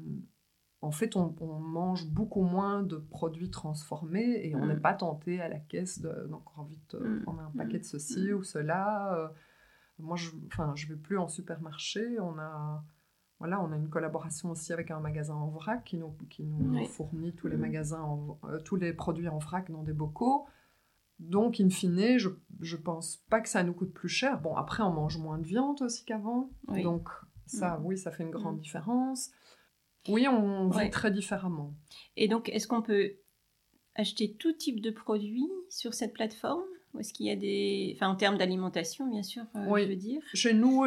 en fait, on mange beaucoup moins de produits transformés et on n'est pas tenté à la caisse d'encore vite prendre un paquet de ceci ou cela. Moi, je vais plus en supermarché. On a une collaboration aussi avec un magasin en vrac qui nous fournit tous les tous les produits en vrac dans des bocaux. Donc, in fine, je pense pas que ça nous coûte plus cher. Bon, après, on mange moins de viande aussi qu'avant. Donc, ça, ça fait une grande différence. Oui, on vit très différemment. Et donc, est-ce qu'on peut acheter tout type de produits sur cette plateforme ? Ou est-ce qu'il y a des... Enfin, en termes d'alimentation, bien sûr, je veux dire. Chez nous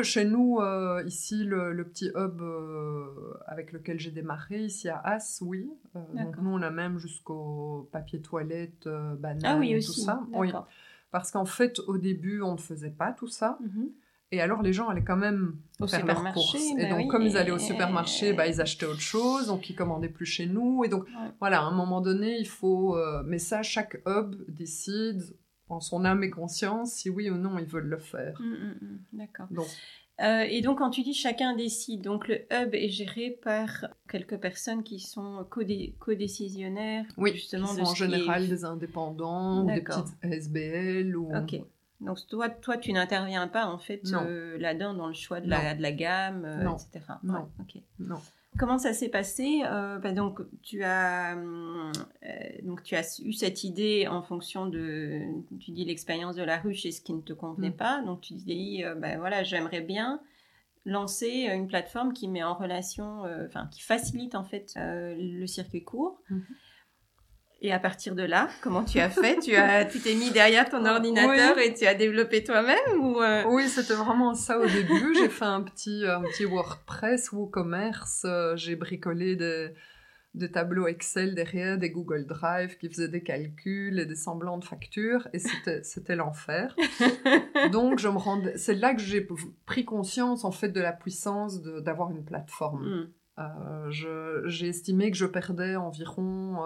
ici, le petit hub avec lequel j'ai démarré, ici à As, oui. Donc, nous, on a même jusqu'au papier toilette, bananes et tout ça. Oui. Parce qu'en fait, au début, on ne faisait pas tout ça. Et alors, les gens allaient quand même faire leurs courses. Et donc, comme ils allaient au supermarché, ils achetaient autre chose. Donc, ils commandaient plus chez nous. Et donc, voilà, à un moment donné, il faut... mais ça, chaque hub décide... en son âme et conscience, si oui ou non ils veulent le faire. D'accord. Et donc, quand tu dis chacun décide, donc le hub est géré par quelques personnes qui sont co-décisionnaires. Oui, justement, qui sont en général des indépendants ou des petites SBL. Ok. Donc, toi, tu n'interviens pas, en fait, là-dedans, dans le choix de la gamme, etc. Non. Ok. Non. Comment ça s'est passé ? Donc, tu as eu cette idée en fonction tu dis l'expérience de la ruche et ce qui ne te convenait pas. Donc, tu dis, voilà, j'aimerais bien. lancé une plateforme qui met en relation, qui facilite en fait le circuit court. Et à partir de là, comment tu as fait? Tu t'es mis derrière ton ordinateur et tu as développé toi-même ou Oui, c'était vraiment ça au début. J'ai fait un petit WordPress, WooCommerce. J'ai bricolé des tableaux Excel derrière, des Google Drive qui faisaient des calculs et des semblants de factures. Et c'était l'enfer. Donc, c'est là que j'ai pris conscience, en fait, de la puissance d'avoir une plateforme. J'ai estimé que je perdais environ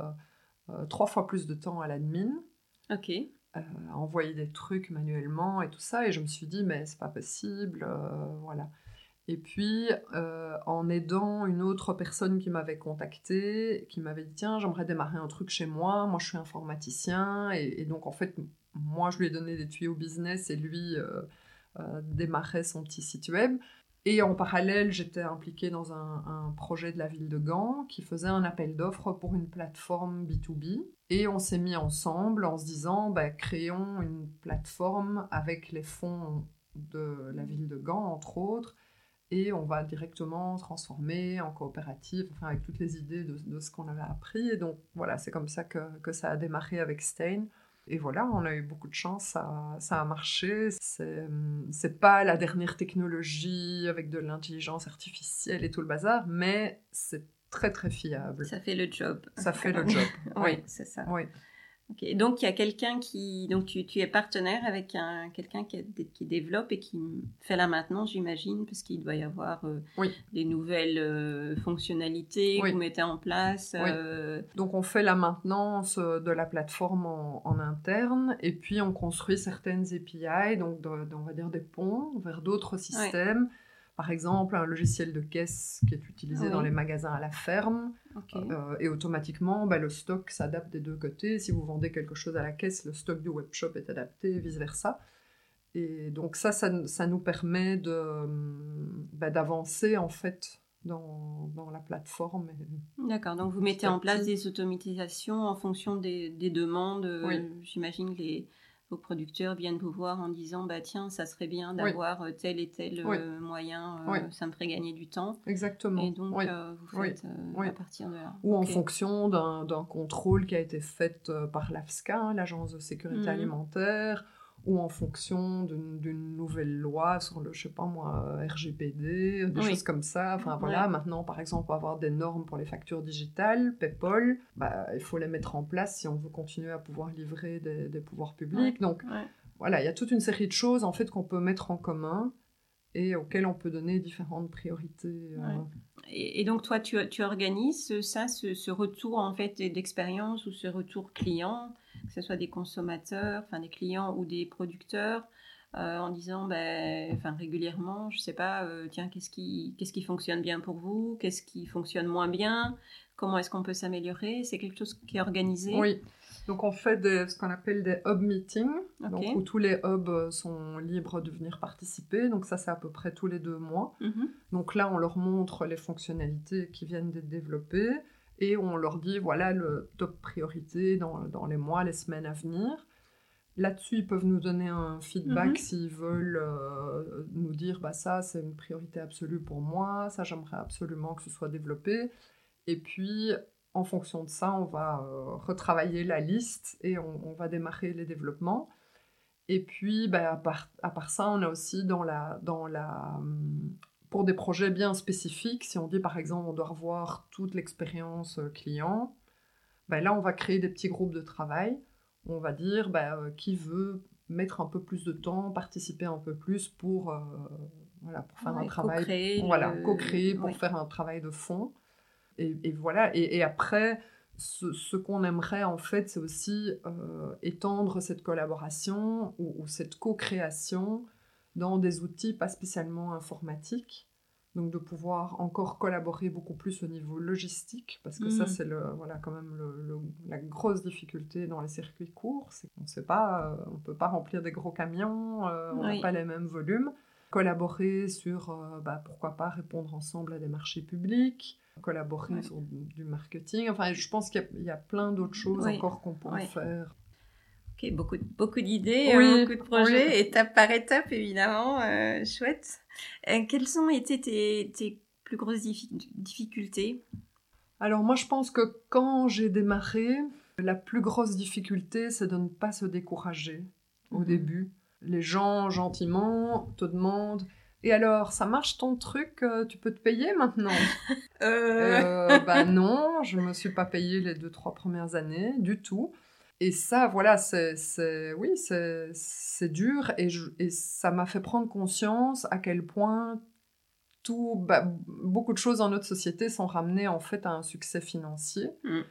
3 fois plus de temps à l'admin. Ok. À envoyer des trucs manuellement et tout ça. Et je me suis dit, mais c'est pas possible. Voilà. Et puis, en aidant une autre personne qui m'avait contactée, qui m'avait dit, tiens, j'aimerais démarrer un truc chez moi. Moi, je suis informaticien. Et donc, en fait, moi, je lui ai donné des tuyaux business et lui démarrait son petit site web. Et en parallèle, j'étais impliquée dans un projet de la ville de Gand qui faisait un appel d'offres pour une plateforme B2B. Et on s'est mis ensemble en se disant, créons une plateforme avec les fonds de la ville de Gand, entre autres, et on va directement transformer en coopérative, avec toutes les idées de ce qu'on avait appris. Et donc, voilà, c'est comme ça que ça a démarré avec Stein. Et voilà, on a eu beaucoup de chance, ça a marché. C'est pas la dernière technologie avec de l'intelligence artificielle et tout le bazar, mais c'est très très fiable. Ça fait le job. Ça fait le job. Oui, c'est ça. Oui. Okay. Donc, il y a quelqu'un qui... Donc, tu es partenaire avec quelqu'un qui développe et qui fait la maintenance, j'imagine, parce qu'il doit y avoir des nouvelles fonctionnalités que vous mettez en place. Donc, on fait la maintenance de la plateforme en interne et puis on construit certaines API, donc on va dire des ponts vers d'autres systèmes. Par exemple, un logiciel de caisse qui est utilisé dans les magasins à la ferme. Et automatiquement, le stock s'adapte des deux côtés. Si vous vendez quelque chose à la caisse, le stock du webshop est adapté et vice-versa. Et donc ça nous permet d'avancer en fait dans la plateforme. D'accord, donc vous mettez en place des automatisations en fonction des demandes. J'imagine que vos producteurs viennent vous voir en disant tiens, ça serait bien d'avoir tel et tel moyen, ça me ferait gagner du temps. Exactement. Et donc vous faites à partir de là. Ou en fonction d'un contrôle qui a été fait par l'AFSCA, l'Agence de sécurité alimentaire, ou en fonction d'une nouvelle loi sur le, je sais pas moi, RGPD, des choses comme ça. Voilà, maintenant, par exemple, on va avoir des normes pour les factures digitales, PayPal, il faut les mettre en place si on veut continuer à pouvoir livrer des pouvoirs publics. Donc, voilà, il y a toute une série de choses, en fait, qu'on peut mettre en commun et auxquelles on peut donner différentes priorités. Et donc, toi, tu organises ça, ce retour, en fait, d'expérience ou ce retour client, que ce soit des consommateurs, des clients ou des producteurs, en disant régulièrement, je ne sais pas, tiens, qu'est-ce qui fonctionne bien pour vous, qu'est-ce qui fonctionne moins bien, comment est-ce qu'on peut s'améliorer? C'est quelque chose qui est organisé? Oui, donc on fait ce qu'on appelle des hub meetings, donc où tous les hubs sont libres de venir participer, donc ça c'est à peu près tous les 2 mois. Donc là on leur montre les fonctionnalités qui viennent d'être développées, et on leur dit, voilà, le top priorité dans les mois, les semaines à venir. Là-dessus, ils peuvent nous donner un feedback s'ils veulent nous dire, ça, c'est une priorité absolue pour moi, ça, j'aimerais absolument que ce soit développé. Et puis, en fonction de ça, on va retravailler la liste et on va démarrer les développements. Et puis, à part ça, on a aussi pour des projets bien spécifiques, si on dit par exemple on doit revoir toute l'expérience client, là on va créer des petits groupes de travail. On va dire qui veut mettre un peu plus de temps, participer un peu plus pour faire un travail, co-créer pour faire un travail de fond. Et voilà. Et après, ce qu'on aimerait en fait, c'est aussi étendre cette collaboration ou cette co-création dans des outils pas spécialement informatiques, donc de pouvoir encore collaborer beaucoup plus au niveau logistique, parce que ça c'est quand même la grosse difficulté dans les circuits courts, c'est qu'on sait pas, on peut pas remplir des gros camions, on n'a pas les mêmes volumes. Collaborer sur, pourquoi pas répondre ensemble à des marchés publics, collaborer sur du marketing, je pense qu'il y a plein d'autres choses encore qu'on pourrait faire. Ok, beaucoup d'idées, beaucoup de projets, étape par étape, évidemment, chouette. Quelles ont été tes plus grosses difficultés ? Alors moi, je pense que quand j'ai démarré, la plus grosse difficulté, c'est de ne pas se décourager au début. Les gens, gentiment, te demandent « Et alors, ça marche ton truc ? Tu peux te payer maintenant ?» non, je ne me suis pas payée les 2-3 premières années, du tout. Et ça, voilà, c'est dur. Et ça m'a fait prendre conscience à quel point beaucoup de choses dans notre société sont ramenées en fait à un succès financier.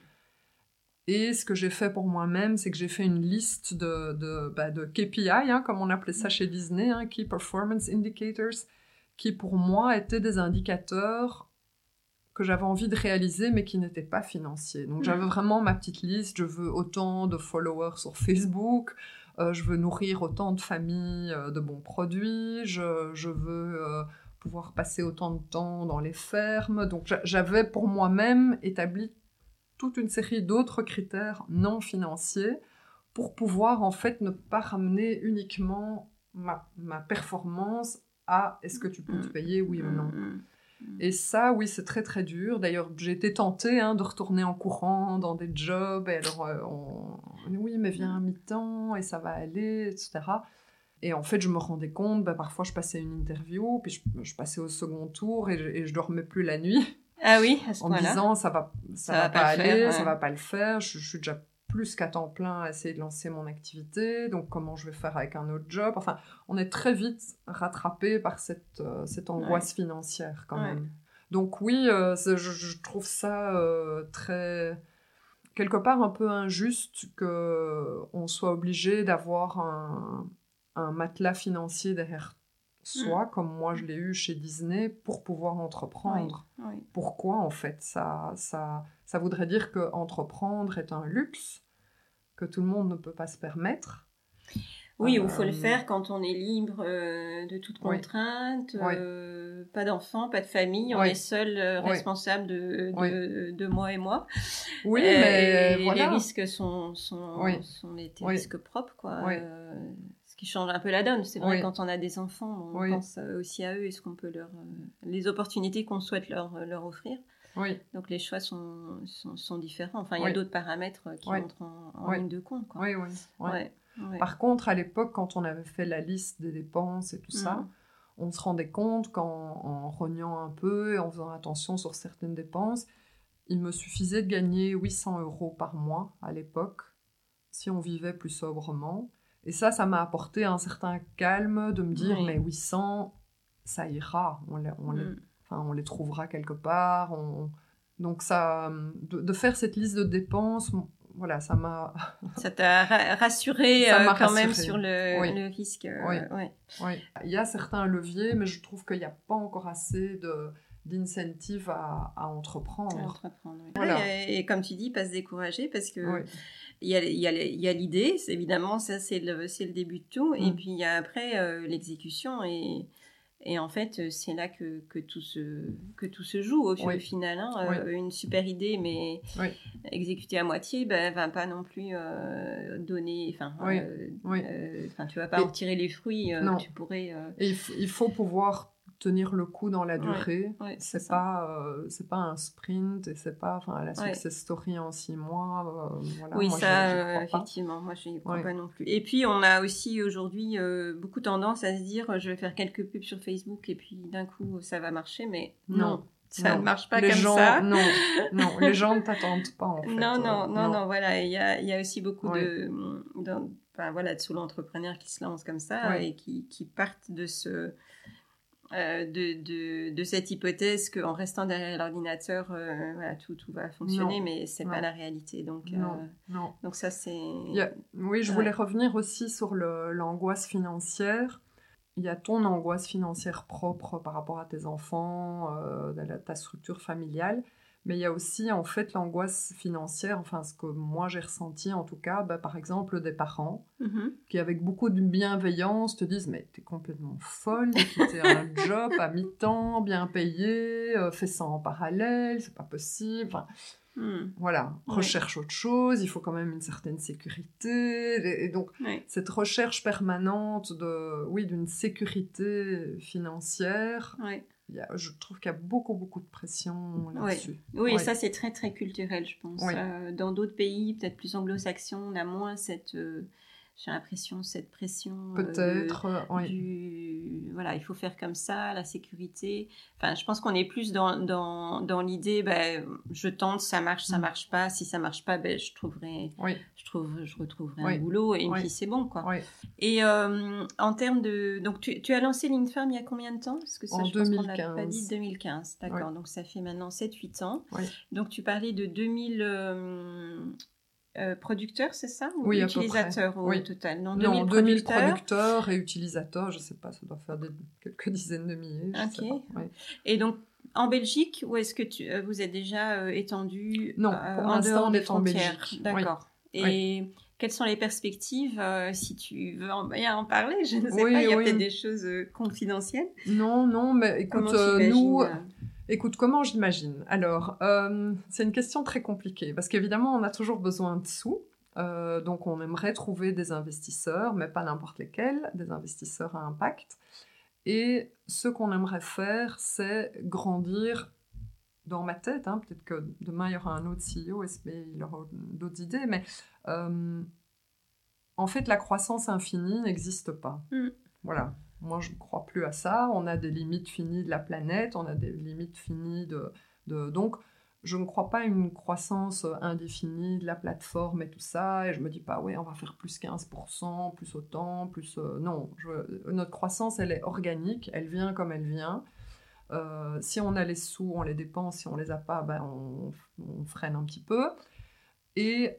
Et ce que j'ai fait pour moi-même, c'est que j'ai fait une liste de KPI, comme on appelait ça chez Disney, Key Performance Indicators, qui pour moi étaient des indicateurs que j'avais envie de réaliser, mais qui n'étaient pas financiers. Donc j'avais vraiment ma petite liste, je veux autant de followers sur Facebook, je veux nourrir autant de familles de bons produits, je veux pouvoir passer autant de temps dans les fermes. Donc j'avais pour moi-même établi toute une série d'autres critères non financiers pour pouvoir en fait ne pas ramener uniquement ma performance à est-ce que tu peux te payer, oui ou non. Et ça, oui, c'est très très dur. D'ailleurs, j'ai été tentée de retourner en courant dans des jobs, et alors oui, mais viens à mi-temps et ça va aller, etc. Et en fait, je me rendais compte, parfois je passais une interview, puis je passais au second tour et je dormais plus la nuit. Ah oui, à ce en point-là. me disant ça va pas aller, ça va pas le faire, je suis déjà plus qu'à temps plein à essayer de lancer mon activité, donc comment je vais faire avec un autre job. Enfin, on est très vite rattrapé par cette angoisse financière quand même. Donc oui, je trouve ça très... quelque part un peu injuste qu'on soit obligé d'avoir un matelas financier derrière soi, comme moi je l'ai eu chez Disney, pour pouvoir entreprendre. Pourquoi, en fait, ça voudrait dire qu'entreprendre est un luxe que tout le monde ne peut pas se permettre. Oui, il faut le faire quand on est libre de toute contrainte, pas d'enfants, pas de famille, on est seul responsable de moi et moi. Oui, mais et voilà. Les risques sont des risques propres, quoi. Ce qui change un peu la donne. C'est vrai, quand on a des enfants, on pense aussi à eux et ce qu'on peut les opportunités qu'on souhaite leur offrir. Donc les choix sont différents. Enfin, il y a d'autres paramètres qui entrent en ligne de compte, quoi. Par contre, à l'époque, quand on avait fait la liste des dépenses et tout ça, on se rendait compte qu'en rognant un peu et en faisant attention sur certaines dépenses, il me suffisait de gagner 800 € par mois à l'époque, si on vivait plus sobrement. Et ça m'a apporté un certain calme de me dire, mais 800, ça ira, on les trouvera quelque part. Donc ça, de faire cette liste de dépenses, voilà, ça m'a... Ça t'a rassuré quand même sur le risque. Il y a certains leviers, mais je trouve qu'il n'y a pas encore assez d'incentives à entreprendre. Voilà. Et comme tu dis, pas se décourager, parce que il y a l'idée, évidemment, ça c'est le début de tout, et puis il y a après l'exécution, et en fait c'est là que tout se joue au final. Une super idée, mais exécutée à moitié, va pas non plus donner, tu vas pas en tirer les fruits. Tu pourrais... Et il faut pouvoir tenir le coup dans la durée. C'est pas un sprint, et c'est pas la success story en 6 mois. Voilà, oui, moi, ça, effectivement, moi je n'y crois pas non plus. Et puis on a aussi aujourd'hui beaucoup tendance à se dire je vais faire quelques pubs sur Facebook et puis d'un coup ça va marcher, mais non. Ça ne marche pas ça. Non, les gens ne t'attendent pas, en fait. Non, voilà. Il y a aussi beaucoup de solo-entrepreneurs qui se lancent comme ça et qui partent de cette hypothèse qu'en restant derrière l'ordinateur, tout va fonctionner, mais c'est pas la réalité. Donc ça, c'est... Oui, je voulais revenir aussi sur l'angoisse financière. Il y a ton angoisse financière propre par rapport à tes enfants, ta structure familiale, mais il y a aussi en fait l'angoisse financière, enfin ce que moi j'ai ressenti en tout cas, par exemple des parents qui avec beaucoup de bienveillance te disent « mais t'es complètement folle de quitter un job à mi-temps, bien payé, fais ça en parallèle, c'est pas possible ». Voilà, recherche autre chose, il faut quand même une certaine sécurité. Et donc, cette recherche permanente d'une sécurité financière, je trouve qu'il y a beaucoup, beaucoup de pression là-dessus. Oui, et ça, c'est très, très culturel, je pense. Dans d'autres pays, peut-être plus anglo-saxons, on a moins cette... j'ai l'impression, cette pression peut-être, voilà, il faut faire comme ça, la sécurité. Enfin, je pense qu'on est plus dans l'idée, je tente, ça marche pas. Si ça marche pas, je retrouverai un boulot et puis c'est bon, quoi. Et en termes de... Donc, tu as lancé Linkfarm il y a combien de temps? Parce que ça, en je 2015. pense qu'on l'a pas dit, 2015, d'accord. Donc, ça fait maintenant 7-8 ans. Donc, tu parlais de 2000... producteurs, c'est ça? Ou utilisateurs au total? Non, 2000 producteurs et utilisateurs, je ne sais pas, ça doit faire quelques dizaines de milliers. Je sais pas. Et donc, en Belgique, où est-ce que vous êtes déjà étendu? Non, pour l'instant, on est en Belgique. D'accord. Et quelles sont les perspectives, si tu veux en parler? Je ne sais pas, il y a peut-être des choses confidentielles. Non, mais écoute, nous... Écoute, comment j'imagine? Alors, c'est une question très compliquée, parce qu'évidemment, on a toujours besoin de sous. Donc, on aimerait trouver des investisseurs, mais pas n'importe lesquels, des investisseurs à impact. Et ce qu'on aimerait faire, c'est grandir dans ma tête. Peut-être que demain, il y aura un autre CEO, et il aura d'autres idées, mais en fait, la croissance infinie n'existe pas. Voilà. Moi, je ne crois plus à ça. On a des limites finies de la planète, on a des limites finies Donc, je ne crois pas à une croissance indéfinie de la plateforme et tout ça. Et je ne me dis pas, on va faire plus 15%, plus autant, plus... non, notre croissance, elle est organique, elle vient comme elle vient. Si on a les sous, on les dépense. Si on ne les a pas, on freine un petit peu. Et...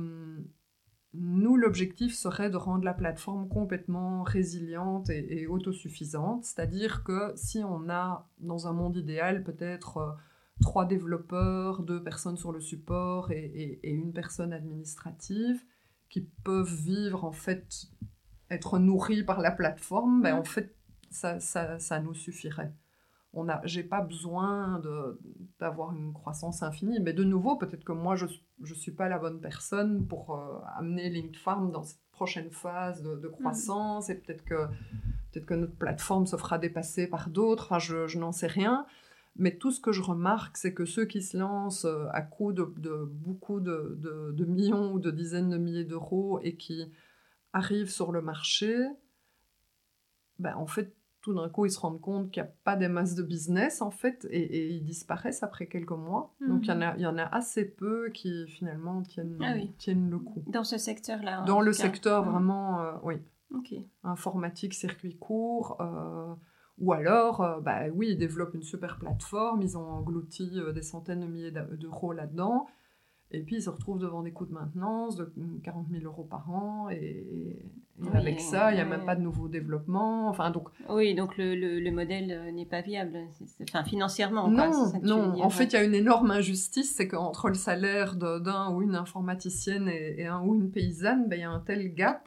nous, l'objectif serait de rendre la plateforme complètement résiliente et autosuffisante. C'est-à-dire que si on a, dans un monde idéal, peut-être 3 développeurs, 2 personnes sur le support et une personne administrative qui peuvent vivre, en fait, être nourris par la plateforme, en fait, ça nous suffirait. J'ai pas besoin d'avoir une croissance infinie, mais de nouveau, peut-être que moi, je suis pas la bonne personne pour amener Linkfarm dans cette prochaine phase de croissance, et peut-être que notre plateforme se fera dépasser par d'autres, enfin, je n'en sais rien, mais tout ce que je remarque, c'est que ceux qui se lancent à coup de beaucoup de millions ou de dizaines de milliers d'euros et qui arrivent sur le marché, en fait, tout d'un coup, ils se rendent compte qu'il n'y a pas des masses de business, en fait, et ils disparaissent après quelques mois. Donc, il y en a assez peu qui, finalement, tiennent le coup. Dans ce secteur-là? Dans le secteur, vraiment, oui. Ok. Informatique, circuit court. Ou alors, ils développent une super plateforme, ils ont englouti des centaines de milliers d'euros là-dedans, et puis ils se retrouvent devant des coûts de maintenance de 40 000 € par an, et avec ça, il n'y a même pas de nouveau développement. Enfin, donc... Oui, donc le modèle n'est pas viable, financièrement. Non, en fait, il y a une énorme injustice, c'est qu'entre le salaire d'un ou une informaticienne et un ou une paysanne, il y a un tel gap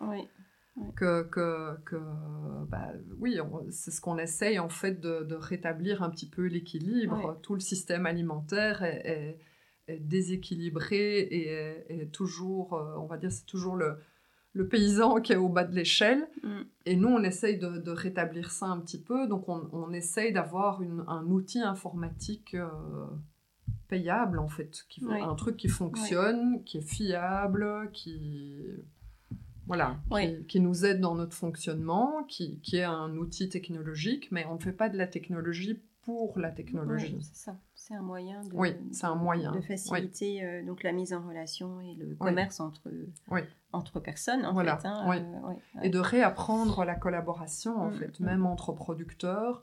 c'est ce qu'on essaye, en fait, de rétablir un petit peu l'équilibre. Tout le système alimentaire est déséquilibré et est toujours, on va dire, c'est toujours le paysan qui est au bas de l'échelle. Et nous, on essaye de rétablir ça un petit peu. Donc, on essaye d'avoir un outil informatique payable, en fait. Un truc qui fonctionne, qui est fiable, qui nous aide dans notre fonctionnement, qui est un outil technologique, mais on ne fait pas de la technologie pour la technologie. Oui, c'est ça. C'est un moyen de faciliter donc la mise en relation et le commerce entre personnes, en fait. Et de réapprendre la collaboration, en fait, même entre producteurs.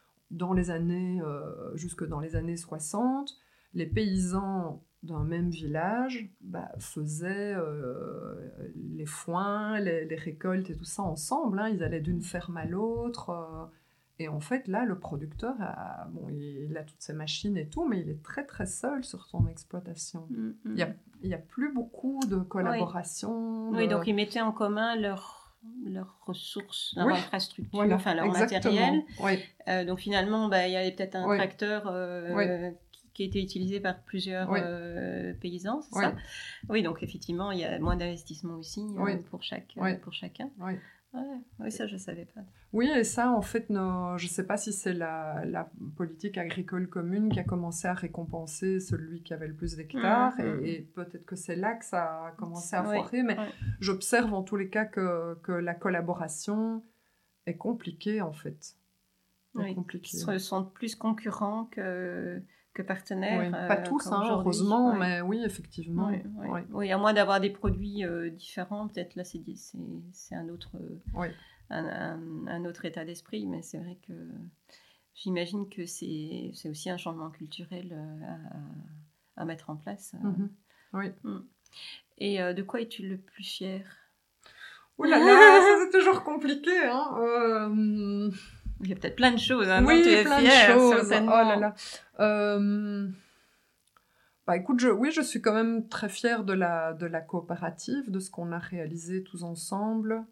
Jusque dans les années 60, les paysans d'un même village faisaient les foins, les récoltes et tout ça ensemble. Ils allaient d'une ferme à l'autre. Et en fait, là, le producteur, il a toutes ses machines et tout, mais il est très, très seul sur son exploitation. Il n'y a plus beaucoup de collaboration. Oui, donc ils mettaient en commun leurs ressources, leur infrastructure, leur matériel. Donc finalement, il y avait peut-être un tracteur qui qui a été utilisé par plusieurs paysans, c'est ça? Oui, donc effectivement, il y a moins d'investissement aussi pour chacun. Oui, ça, je ne savais pas. Oui, et ça, en fait, je ne sais pas si c'est la politique agricole commune qui a commencé à récompenser celui qui avait le plus d'hectares, et peut-être que c'est là que ça a commencé à foirer, mais j'observe en tous les cas que la collaboration est compliquée, en fait. Ils se sentent plus concurrents que partenaires. Pas tous, heureusement, mais oui, effectivement. Oui, à moins d'avoir des produits différents, peut-être là, c'est un autre, un autre état d'esprit, mais c'est vrai que j'imagine que c'est aussi un changement culturel à mettre en place. Oui. Et de quoi es-tu le plus fier? Ouh là là, ça c'est toujours compliqué, Il y a peut-être plein de choses, oui, dont tu es plein fière, de choses. certainement. Oh là là. Bah écoute, je suis quand même très fière de la coopérative, de ce qu'on a réalisé tous ensemble,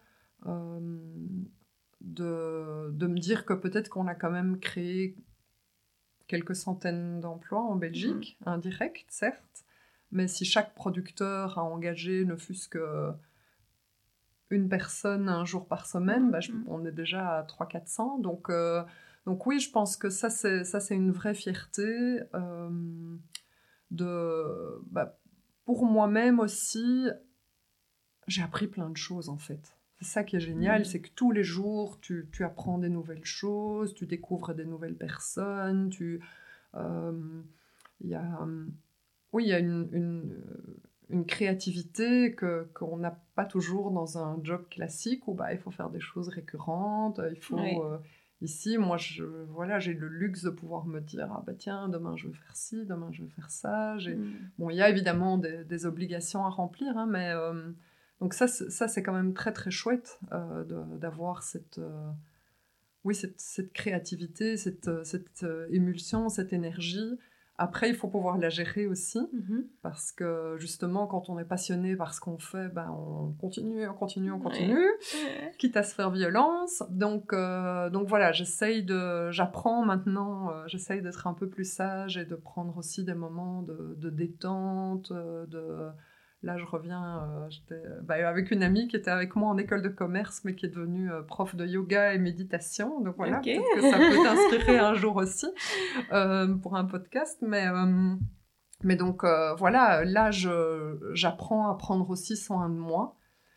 de me dire que peut-être qu'on a quand même créé quelques centaines d'emplois en Belgique, indirects, certes, mais si chaque producteur a engagé ne fût-ce que une personne un jour par semaine, on est déjà à 300-400. Donc oui, je pense que ça c'est une vraie fierté. Pour moi-même aussi, j'ai appris plein de choses en fait. C'est ça qui est génial, c'est que tous les jours, tu apprends des nouvelles choses, tu découvres des nouvelles personnes, il y a une créativité qu'on n'a pas toujours dans un job classique où il faut faire des choses récurrentes, il faut... Ici, moi, j'ai le luxe de pouvoir me dire tiens, demain je vais faire ci, demain je vais faire ça. Bon, il y a évidemment des obligations à remplir, mais donc ça c'est quand même très très chouette d'avoir cette créativité, cette émulsion, cette énergie. Après, il faut pouvoir la gérer aussi, parce que justement, quand on est passionné par ce qu'on fait, on continue, quitte à se faire violence. Donc voilà, j'apprends maintenant, j'essaye d'être un peu plus sage et de prendre aussi des moments de détente, Là, je reviens, j'étais avec une amie qui était avec moi en école de commerce, mais qui est devenue prof de yoga et méditation. Donc voilà, peut-être que ça peut t'inspirer un jour aussi pour un podcast. Mais donc voilà, là, j'apprends à prendre aussi soin de moi.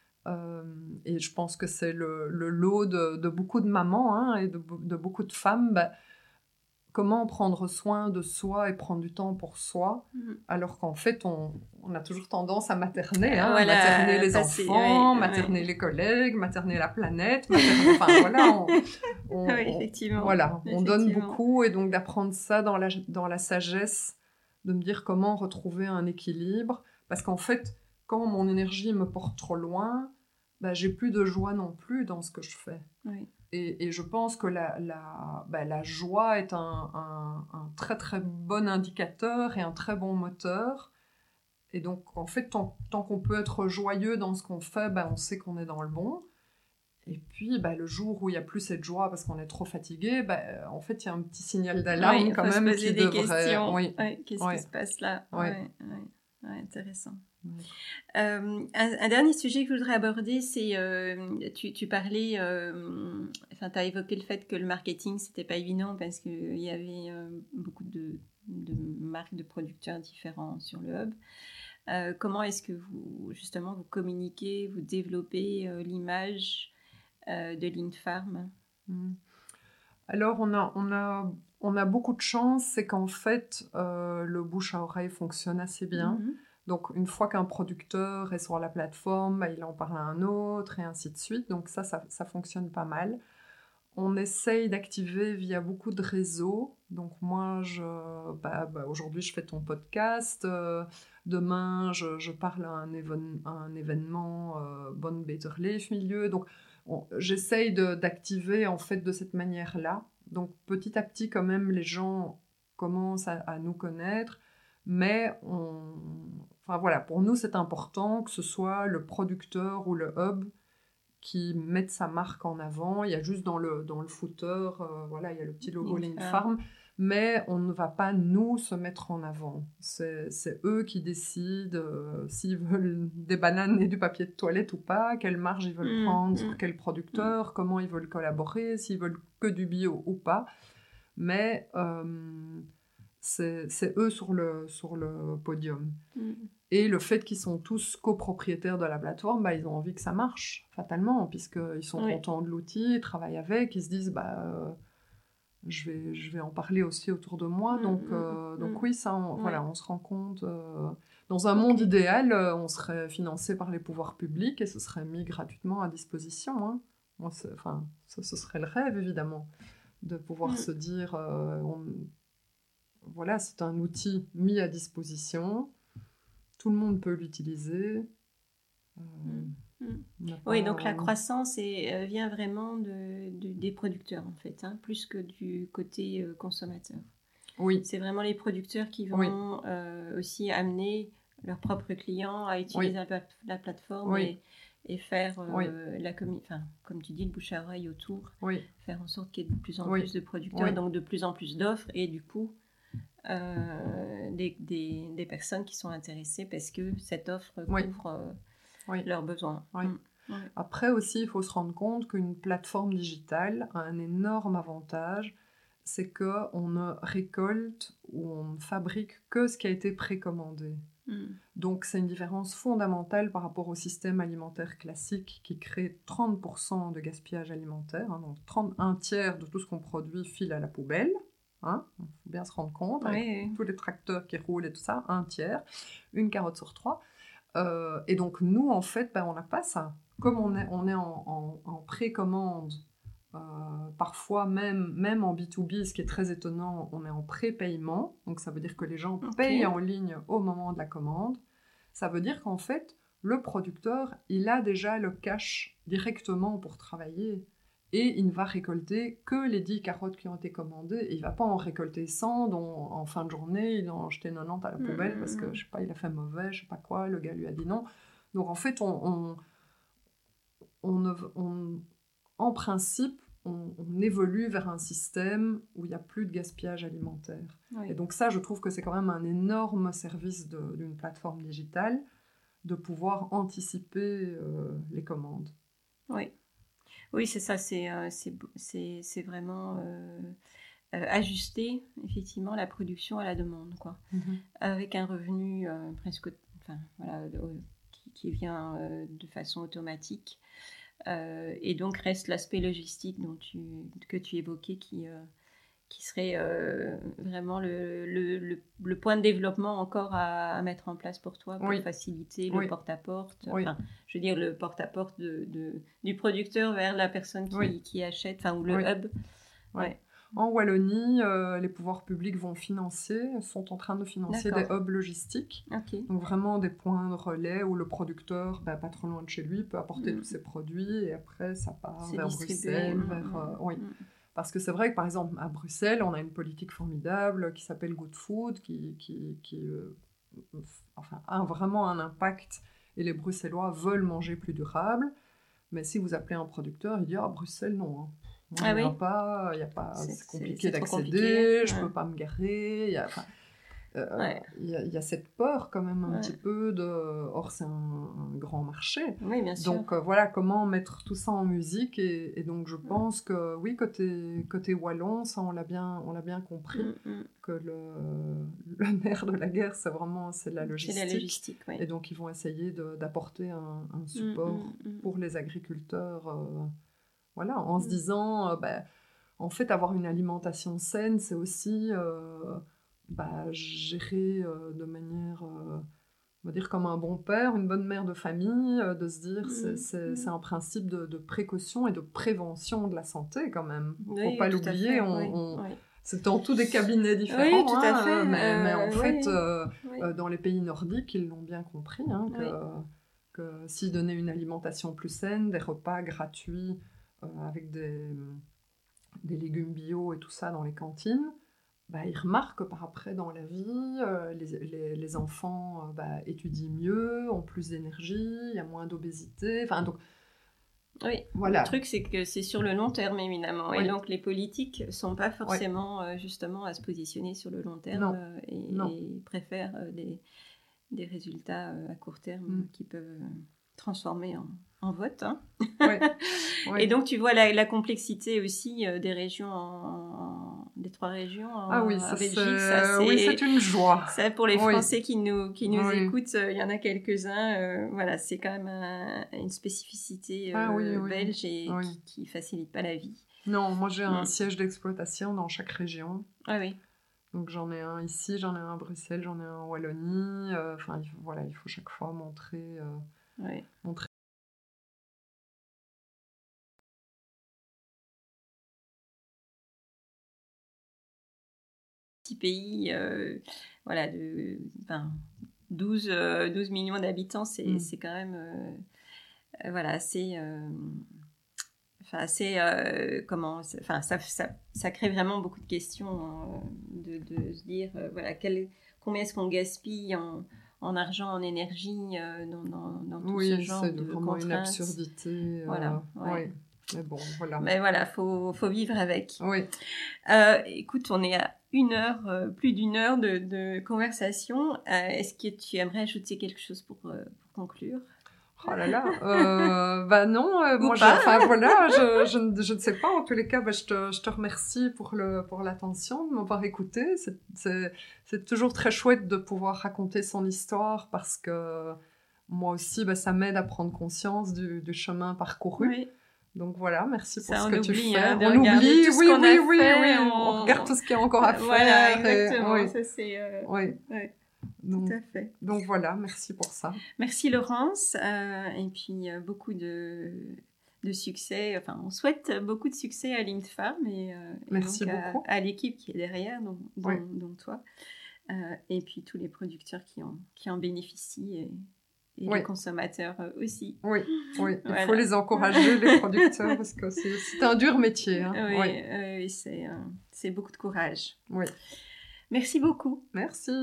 Et je pense que c'est le lot de beaucoup de mamans et de beaucoup de femmes. Comment prendre soin de soi et prendre du temps pour soi, alors qu'en fait, on a toujours tendance à materner, materner les enfants, materner les collègues, materner la planète, enfin voilà, effectivement. Voilà, on donne beaucoup, et donc d'apprendre ça dans la sagesse, de me dire comment retrouver un équilibre, parce qu'en fait, quand mon énergie me porte trop loin, j'ai plus de joie non plus dans ce que je fais. Oui. Et je pense que la joie est un très très bon indicateur et un très bon moteur. Et donc, en fait, tant qu'on peut être joyeux dans ce qu'on fait, on sait qu'on est dans le bon. Et puis, le jour où il n'y a plus cette joie parce qu'on est trop fatigué, en fait, il y a un petit signal d'alarme quand même qui devrait... questions. Qu'est-ce qui se passe là? Intéressant. Un dernier sujet que je voudrais aborder, c'est tu parlais, tu as évoqué le fait que le marketing c'était pas évident parce qu'il y avait beaucoup de marques, de producteurs différents sur le hub. Comment est-ce que vous communiquez, vous développez l'image de Lindfarm? Alors on a beaucoup de chance, c'est qu'en fait le bouche à oreille fonctionne assez bien. Donc, une fois qu'un producteur est sur la plateforme, il en parle à un autre, et ainsi de suite. Donc, ça fonctionne pas mal. On essaye d'activer via beaucoup de réseaux. Donc, moi, aujourd'hui, je fais ton podcast. Demain, je parle à un événement Bonne Beter Leef milieu. Donc, j'essaye d'activer, en fait, de cette manière-là. Donc, petit à petit, quand même, les gens commencent à nous connaître. Mais pour nous, c'est important que ce soit le producteur ou le hub qui mette sa marque en avant. Il y a juste dans le footer, il y a le petit logo Lindfarm. mais on ne va pas, nous, se mettre en avant. C'est eux qui décident s'ils veulent des bananes et du papier de toilette ou pas, quelle marge ils veulent prendre sur quel producteur, comment ils veulent collaborer, s'ils veulent que du bio ou pas. Mais c'est eux sur le podium. Et le fait qu'ils sont tous copropriétaires de la plateforme, ils ont envie que ça marche, fatalement, puisqu'ils sont contents de l'outil, ils travaillent avec, ils se disent... je vais en parler aussi autour de moi. Donc oui, ça, on se rend compte. Dans un monde idéal, on serait financé par les pouvoirs publics et ce serait mis gratuitement à disposition. Hein. Moi, ce serait le rêve, évidemment, de pouvoir se dire, voilà, c'est un outil mis à disposition, tout le monde peut l'utiliser. Oui, donc la croissance vient vraiment des producteurs, en fait, hein, plus que du côté consommateur. Oui. C'est vraiment les producteurs qui vont aussi amener leurs propres clients à utiliser la plateforme et faire comme tu dis, le bouche à oreille autour, faire en sorte qu'il y ait de plus en plus de producteurs, donc de plus en plus d'offres, et du coup, des personnes qui sont intéressées parce que cette offre couvre... leurs besoins. Après aussi, il faut se rendre compte qu'une plateforme digitale a un énorme avantage, c'est qu'on ne récolte ou on ne fabrique que ce qui a été précommandé. Donc c'est une différence fondamentale par rapport au système alimentaire classique qui crée 30% de gaspillage alimentaire, hein, donc un tiers de tout ce qu'on produit file à la poubelle. Hein, il faut bien se rendre compte, avec tous les tracteurs qui roulent et tout ça, un tiers, une carotte sur 3. Et donc nous en fait on n'a pas ça, comme on est en précommande, parfois même en B2B, ce qui est très étonnant, on est en prépaiement, donc ça veut dire que les gens payent en ligne au moment de la commande. Ça veut dire qu'en fait le producteur il a déjà le cash directement pour travailler et il ne va récolter que les 10 carottes qui ont été commandées, et il ne va pas en récolter 100 dont en fin de journée il en a jeté 90 à la poubelle parce que je sais pas, il a fait mauvais, je sais pas quoi, le gars lui a dit non. Donc en fait en principe on évolue vers un système où il n'y a plus de gaspillage alimentaire. Et donc ça, je trouve que c'est quand même un énorme service d'une plateforme digitale de pouvoir anticiper les commandes. Oui, c'est ça, c'est vraiment ajuster effectivement la production à la demande, quoi. Avec un revenu qui vient de façon automatique. Et donc reste l'aspect logistique que tu évoquais qui serait vraiment le point de développement encore à mettre en place pour toi pour faciliter le porte-à-porte. Je veux dire le porte-à-porte du producteur vers la personne qui achète, ou le hub. En Wallonie, les pouvoirs publics sont en train de financer des hubs logistiques. Donc vraiment des points de relais où le producteur, pas trop loin de chez lui, peut apporter tous ses produits et après ça part vers Bruxelles. Parce que c'est vrai que par exemple à Bruxelles, on a une politique formidable qui s'appelle Good Food, qui a vraiment un impact et les Bruxellois veulent manger plus durable. Mais si vous appelez un producteur, il dit Bruxelles non. Hein. Il n'y a pas, c'est compliqué d'accéder, je ne peux pas me garer. Il y a cette peur quand même un petit peu Or, c'est un grand marché. Oui, bien sûr. Donc voilà, comment mettre tout ça en musique. Et donc je pense que oui, côté wallon, ça on l'a bien compris, que le nerf de la guerre, c'est la logistique. C'est la logistique, oui. Et donc ils vont essayer d'apporter un support pour les agriculteurs. En se disant, en fait, avoir une alimentation saine, c'est aussi gérer de manière, on va dire, comme un bon père, une bonne mère de famille, de se dire, c'est un principe de précaution et de prévention de la santé, quand même. Il ne faut pas l'oublier, c'est en tout des cabinets différents, oui, tout à fait. Mais en fait, dans les pays nordiques, ils l'ont bien compris, que s'ils donnaient une alimentation plus saine, des repas gratuits, avec des légumes bio et tout ça dans les cantines, ils remarquent par après dans la vie, les enfants étudient mieux, ont plus d'énergie, il y a moins d'obésité. Donc, Oui, voilà. Le truc, c'est que c'est sur le long terme, évidemment. Oui. Et donc, les politiques ne sont pas forcément, justement, à se positionner sur le long terme et préfèrent des résultats à court terme qui peuvent transformer en vote. Hein. Et donc, tu vois la complexité aussi des régions, des 3 régions en Belgique. C'est une joie. Ça, pour les Français qui nous écoutent, il y en a quelques-uns. Voilà, c'est quand même une spécificité belge et qui facilite pas la vie. Non, moi j'ai un siège d'exploitation dans chaque région. Ah oui. Donc j'en ai un ici, j'en ai un à Bruxelles, j'en ai un en Wallonie. Il faut chaque fois montrer. Petit pays, 12 millions d'habitants, c'est quand même ça crée vraiment beaucoup de questions de se dire combien est-ce qu'on gaspille en argent, en énergie dans tout ce genre de contraintes. Oui, c'est vraiment une absurdité. Mais voilà, faut vivre avec. Oui. Écoute, on est à plus d'une heure de conversation. Est-ce que tu aimerais ajouter quelque chose pour conclure ? Oh là là, non, moi je ne sais pas. En tous les cas, je te remercie pour l'attention, de m'avoir écouté. C'est toujours très chouette de pouvoir raconter son histoire parce que moi aussi, ça m'aide à prendre conscience du chemin parcouru. Oui. Donc voilà, merci pour ce que tu fais. On oublie, on regarde tout ce qu'il y a encore à faire. Voilà, exactement. Ça c'est. Donc, tout à fait. Donc voilà, merci pour ça. Merci Laurence, et puis beaucoup de succès. Enfin, on souhaite beaucoup de succès à Linked Farm et merci donc beaucoup. À l'équipe qui est derrière, dont toi, et puis tous les producteurs qui en bénéficient et les consommateurs aussi. Oui, il faut les encourager, les producteurs, parce que c'est un dur métier. Hein. Oui, c'est beaucoup de courage. Oui. Merci beaucoup. Merci.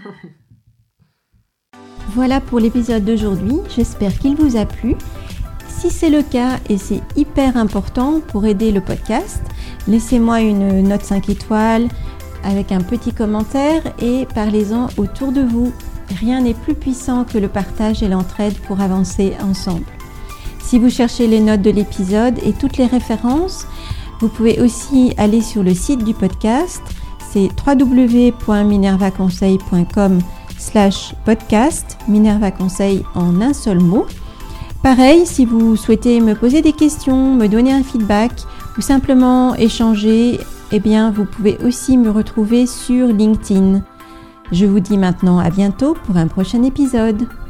Voilà pour l'épisode d'aujourd'hui. J'espère qu'il vous a plu. Si c'est le cas, et c'est hyper important pour aider le podcast, laissez-moi une note 5 étoiles avec un petit commentaire et parlez-en autour de vous. Rien n'est plus puissant que le partage et l'entraide pour avancer ensemble. Si vous cherchez les notes de l'épisode et toutes les références, vous pouvez aussi aller sur le site du podcast. C'est www.minervaconseil.com/podcast, Minerva Conseil en un seul mot. Pareil, si vous souhaitez me poser des questions, me donner un feedback ou simplement échanger, vous pouvez aussi me retrouver sur LinkedIn. Je vous dis maintenant à bientôt pour un prochain épisode.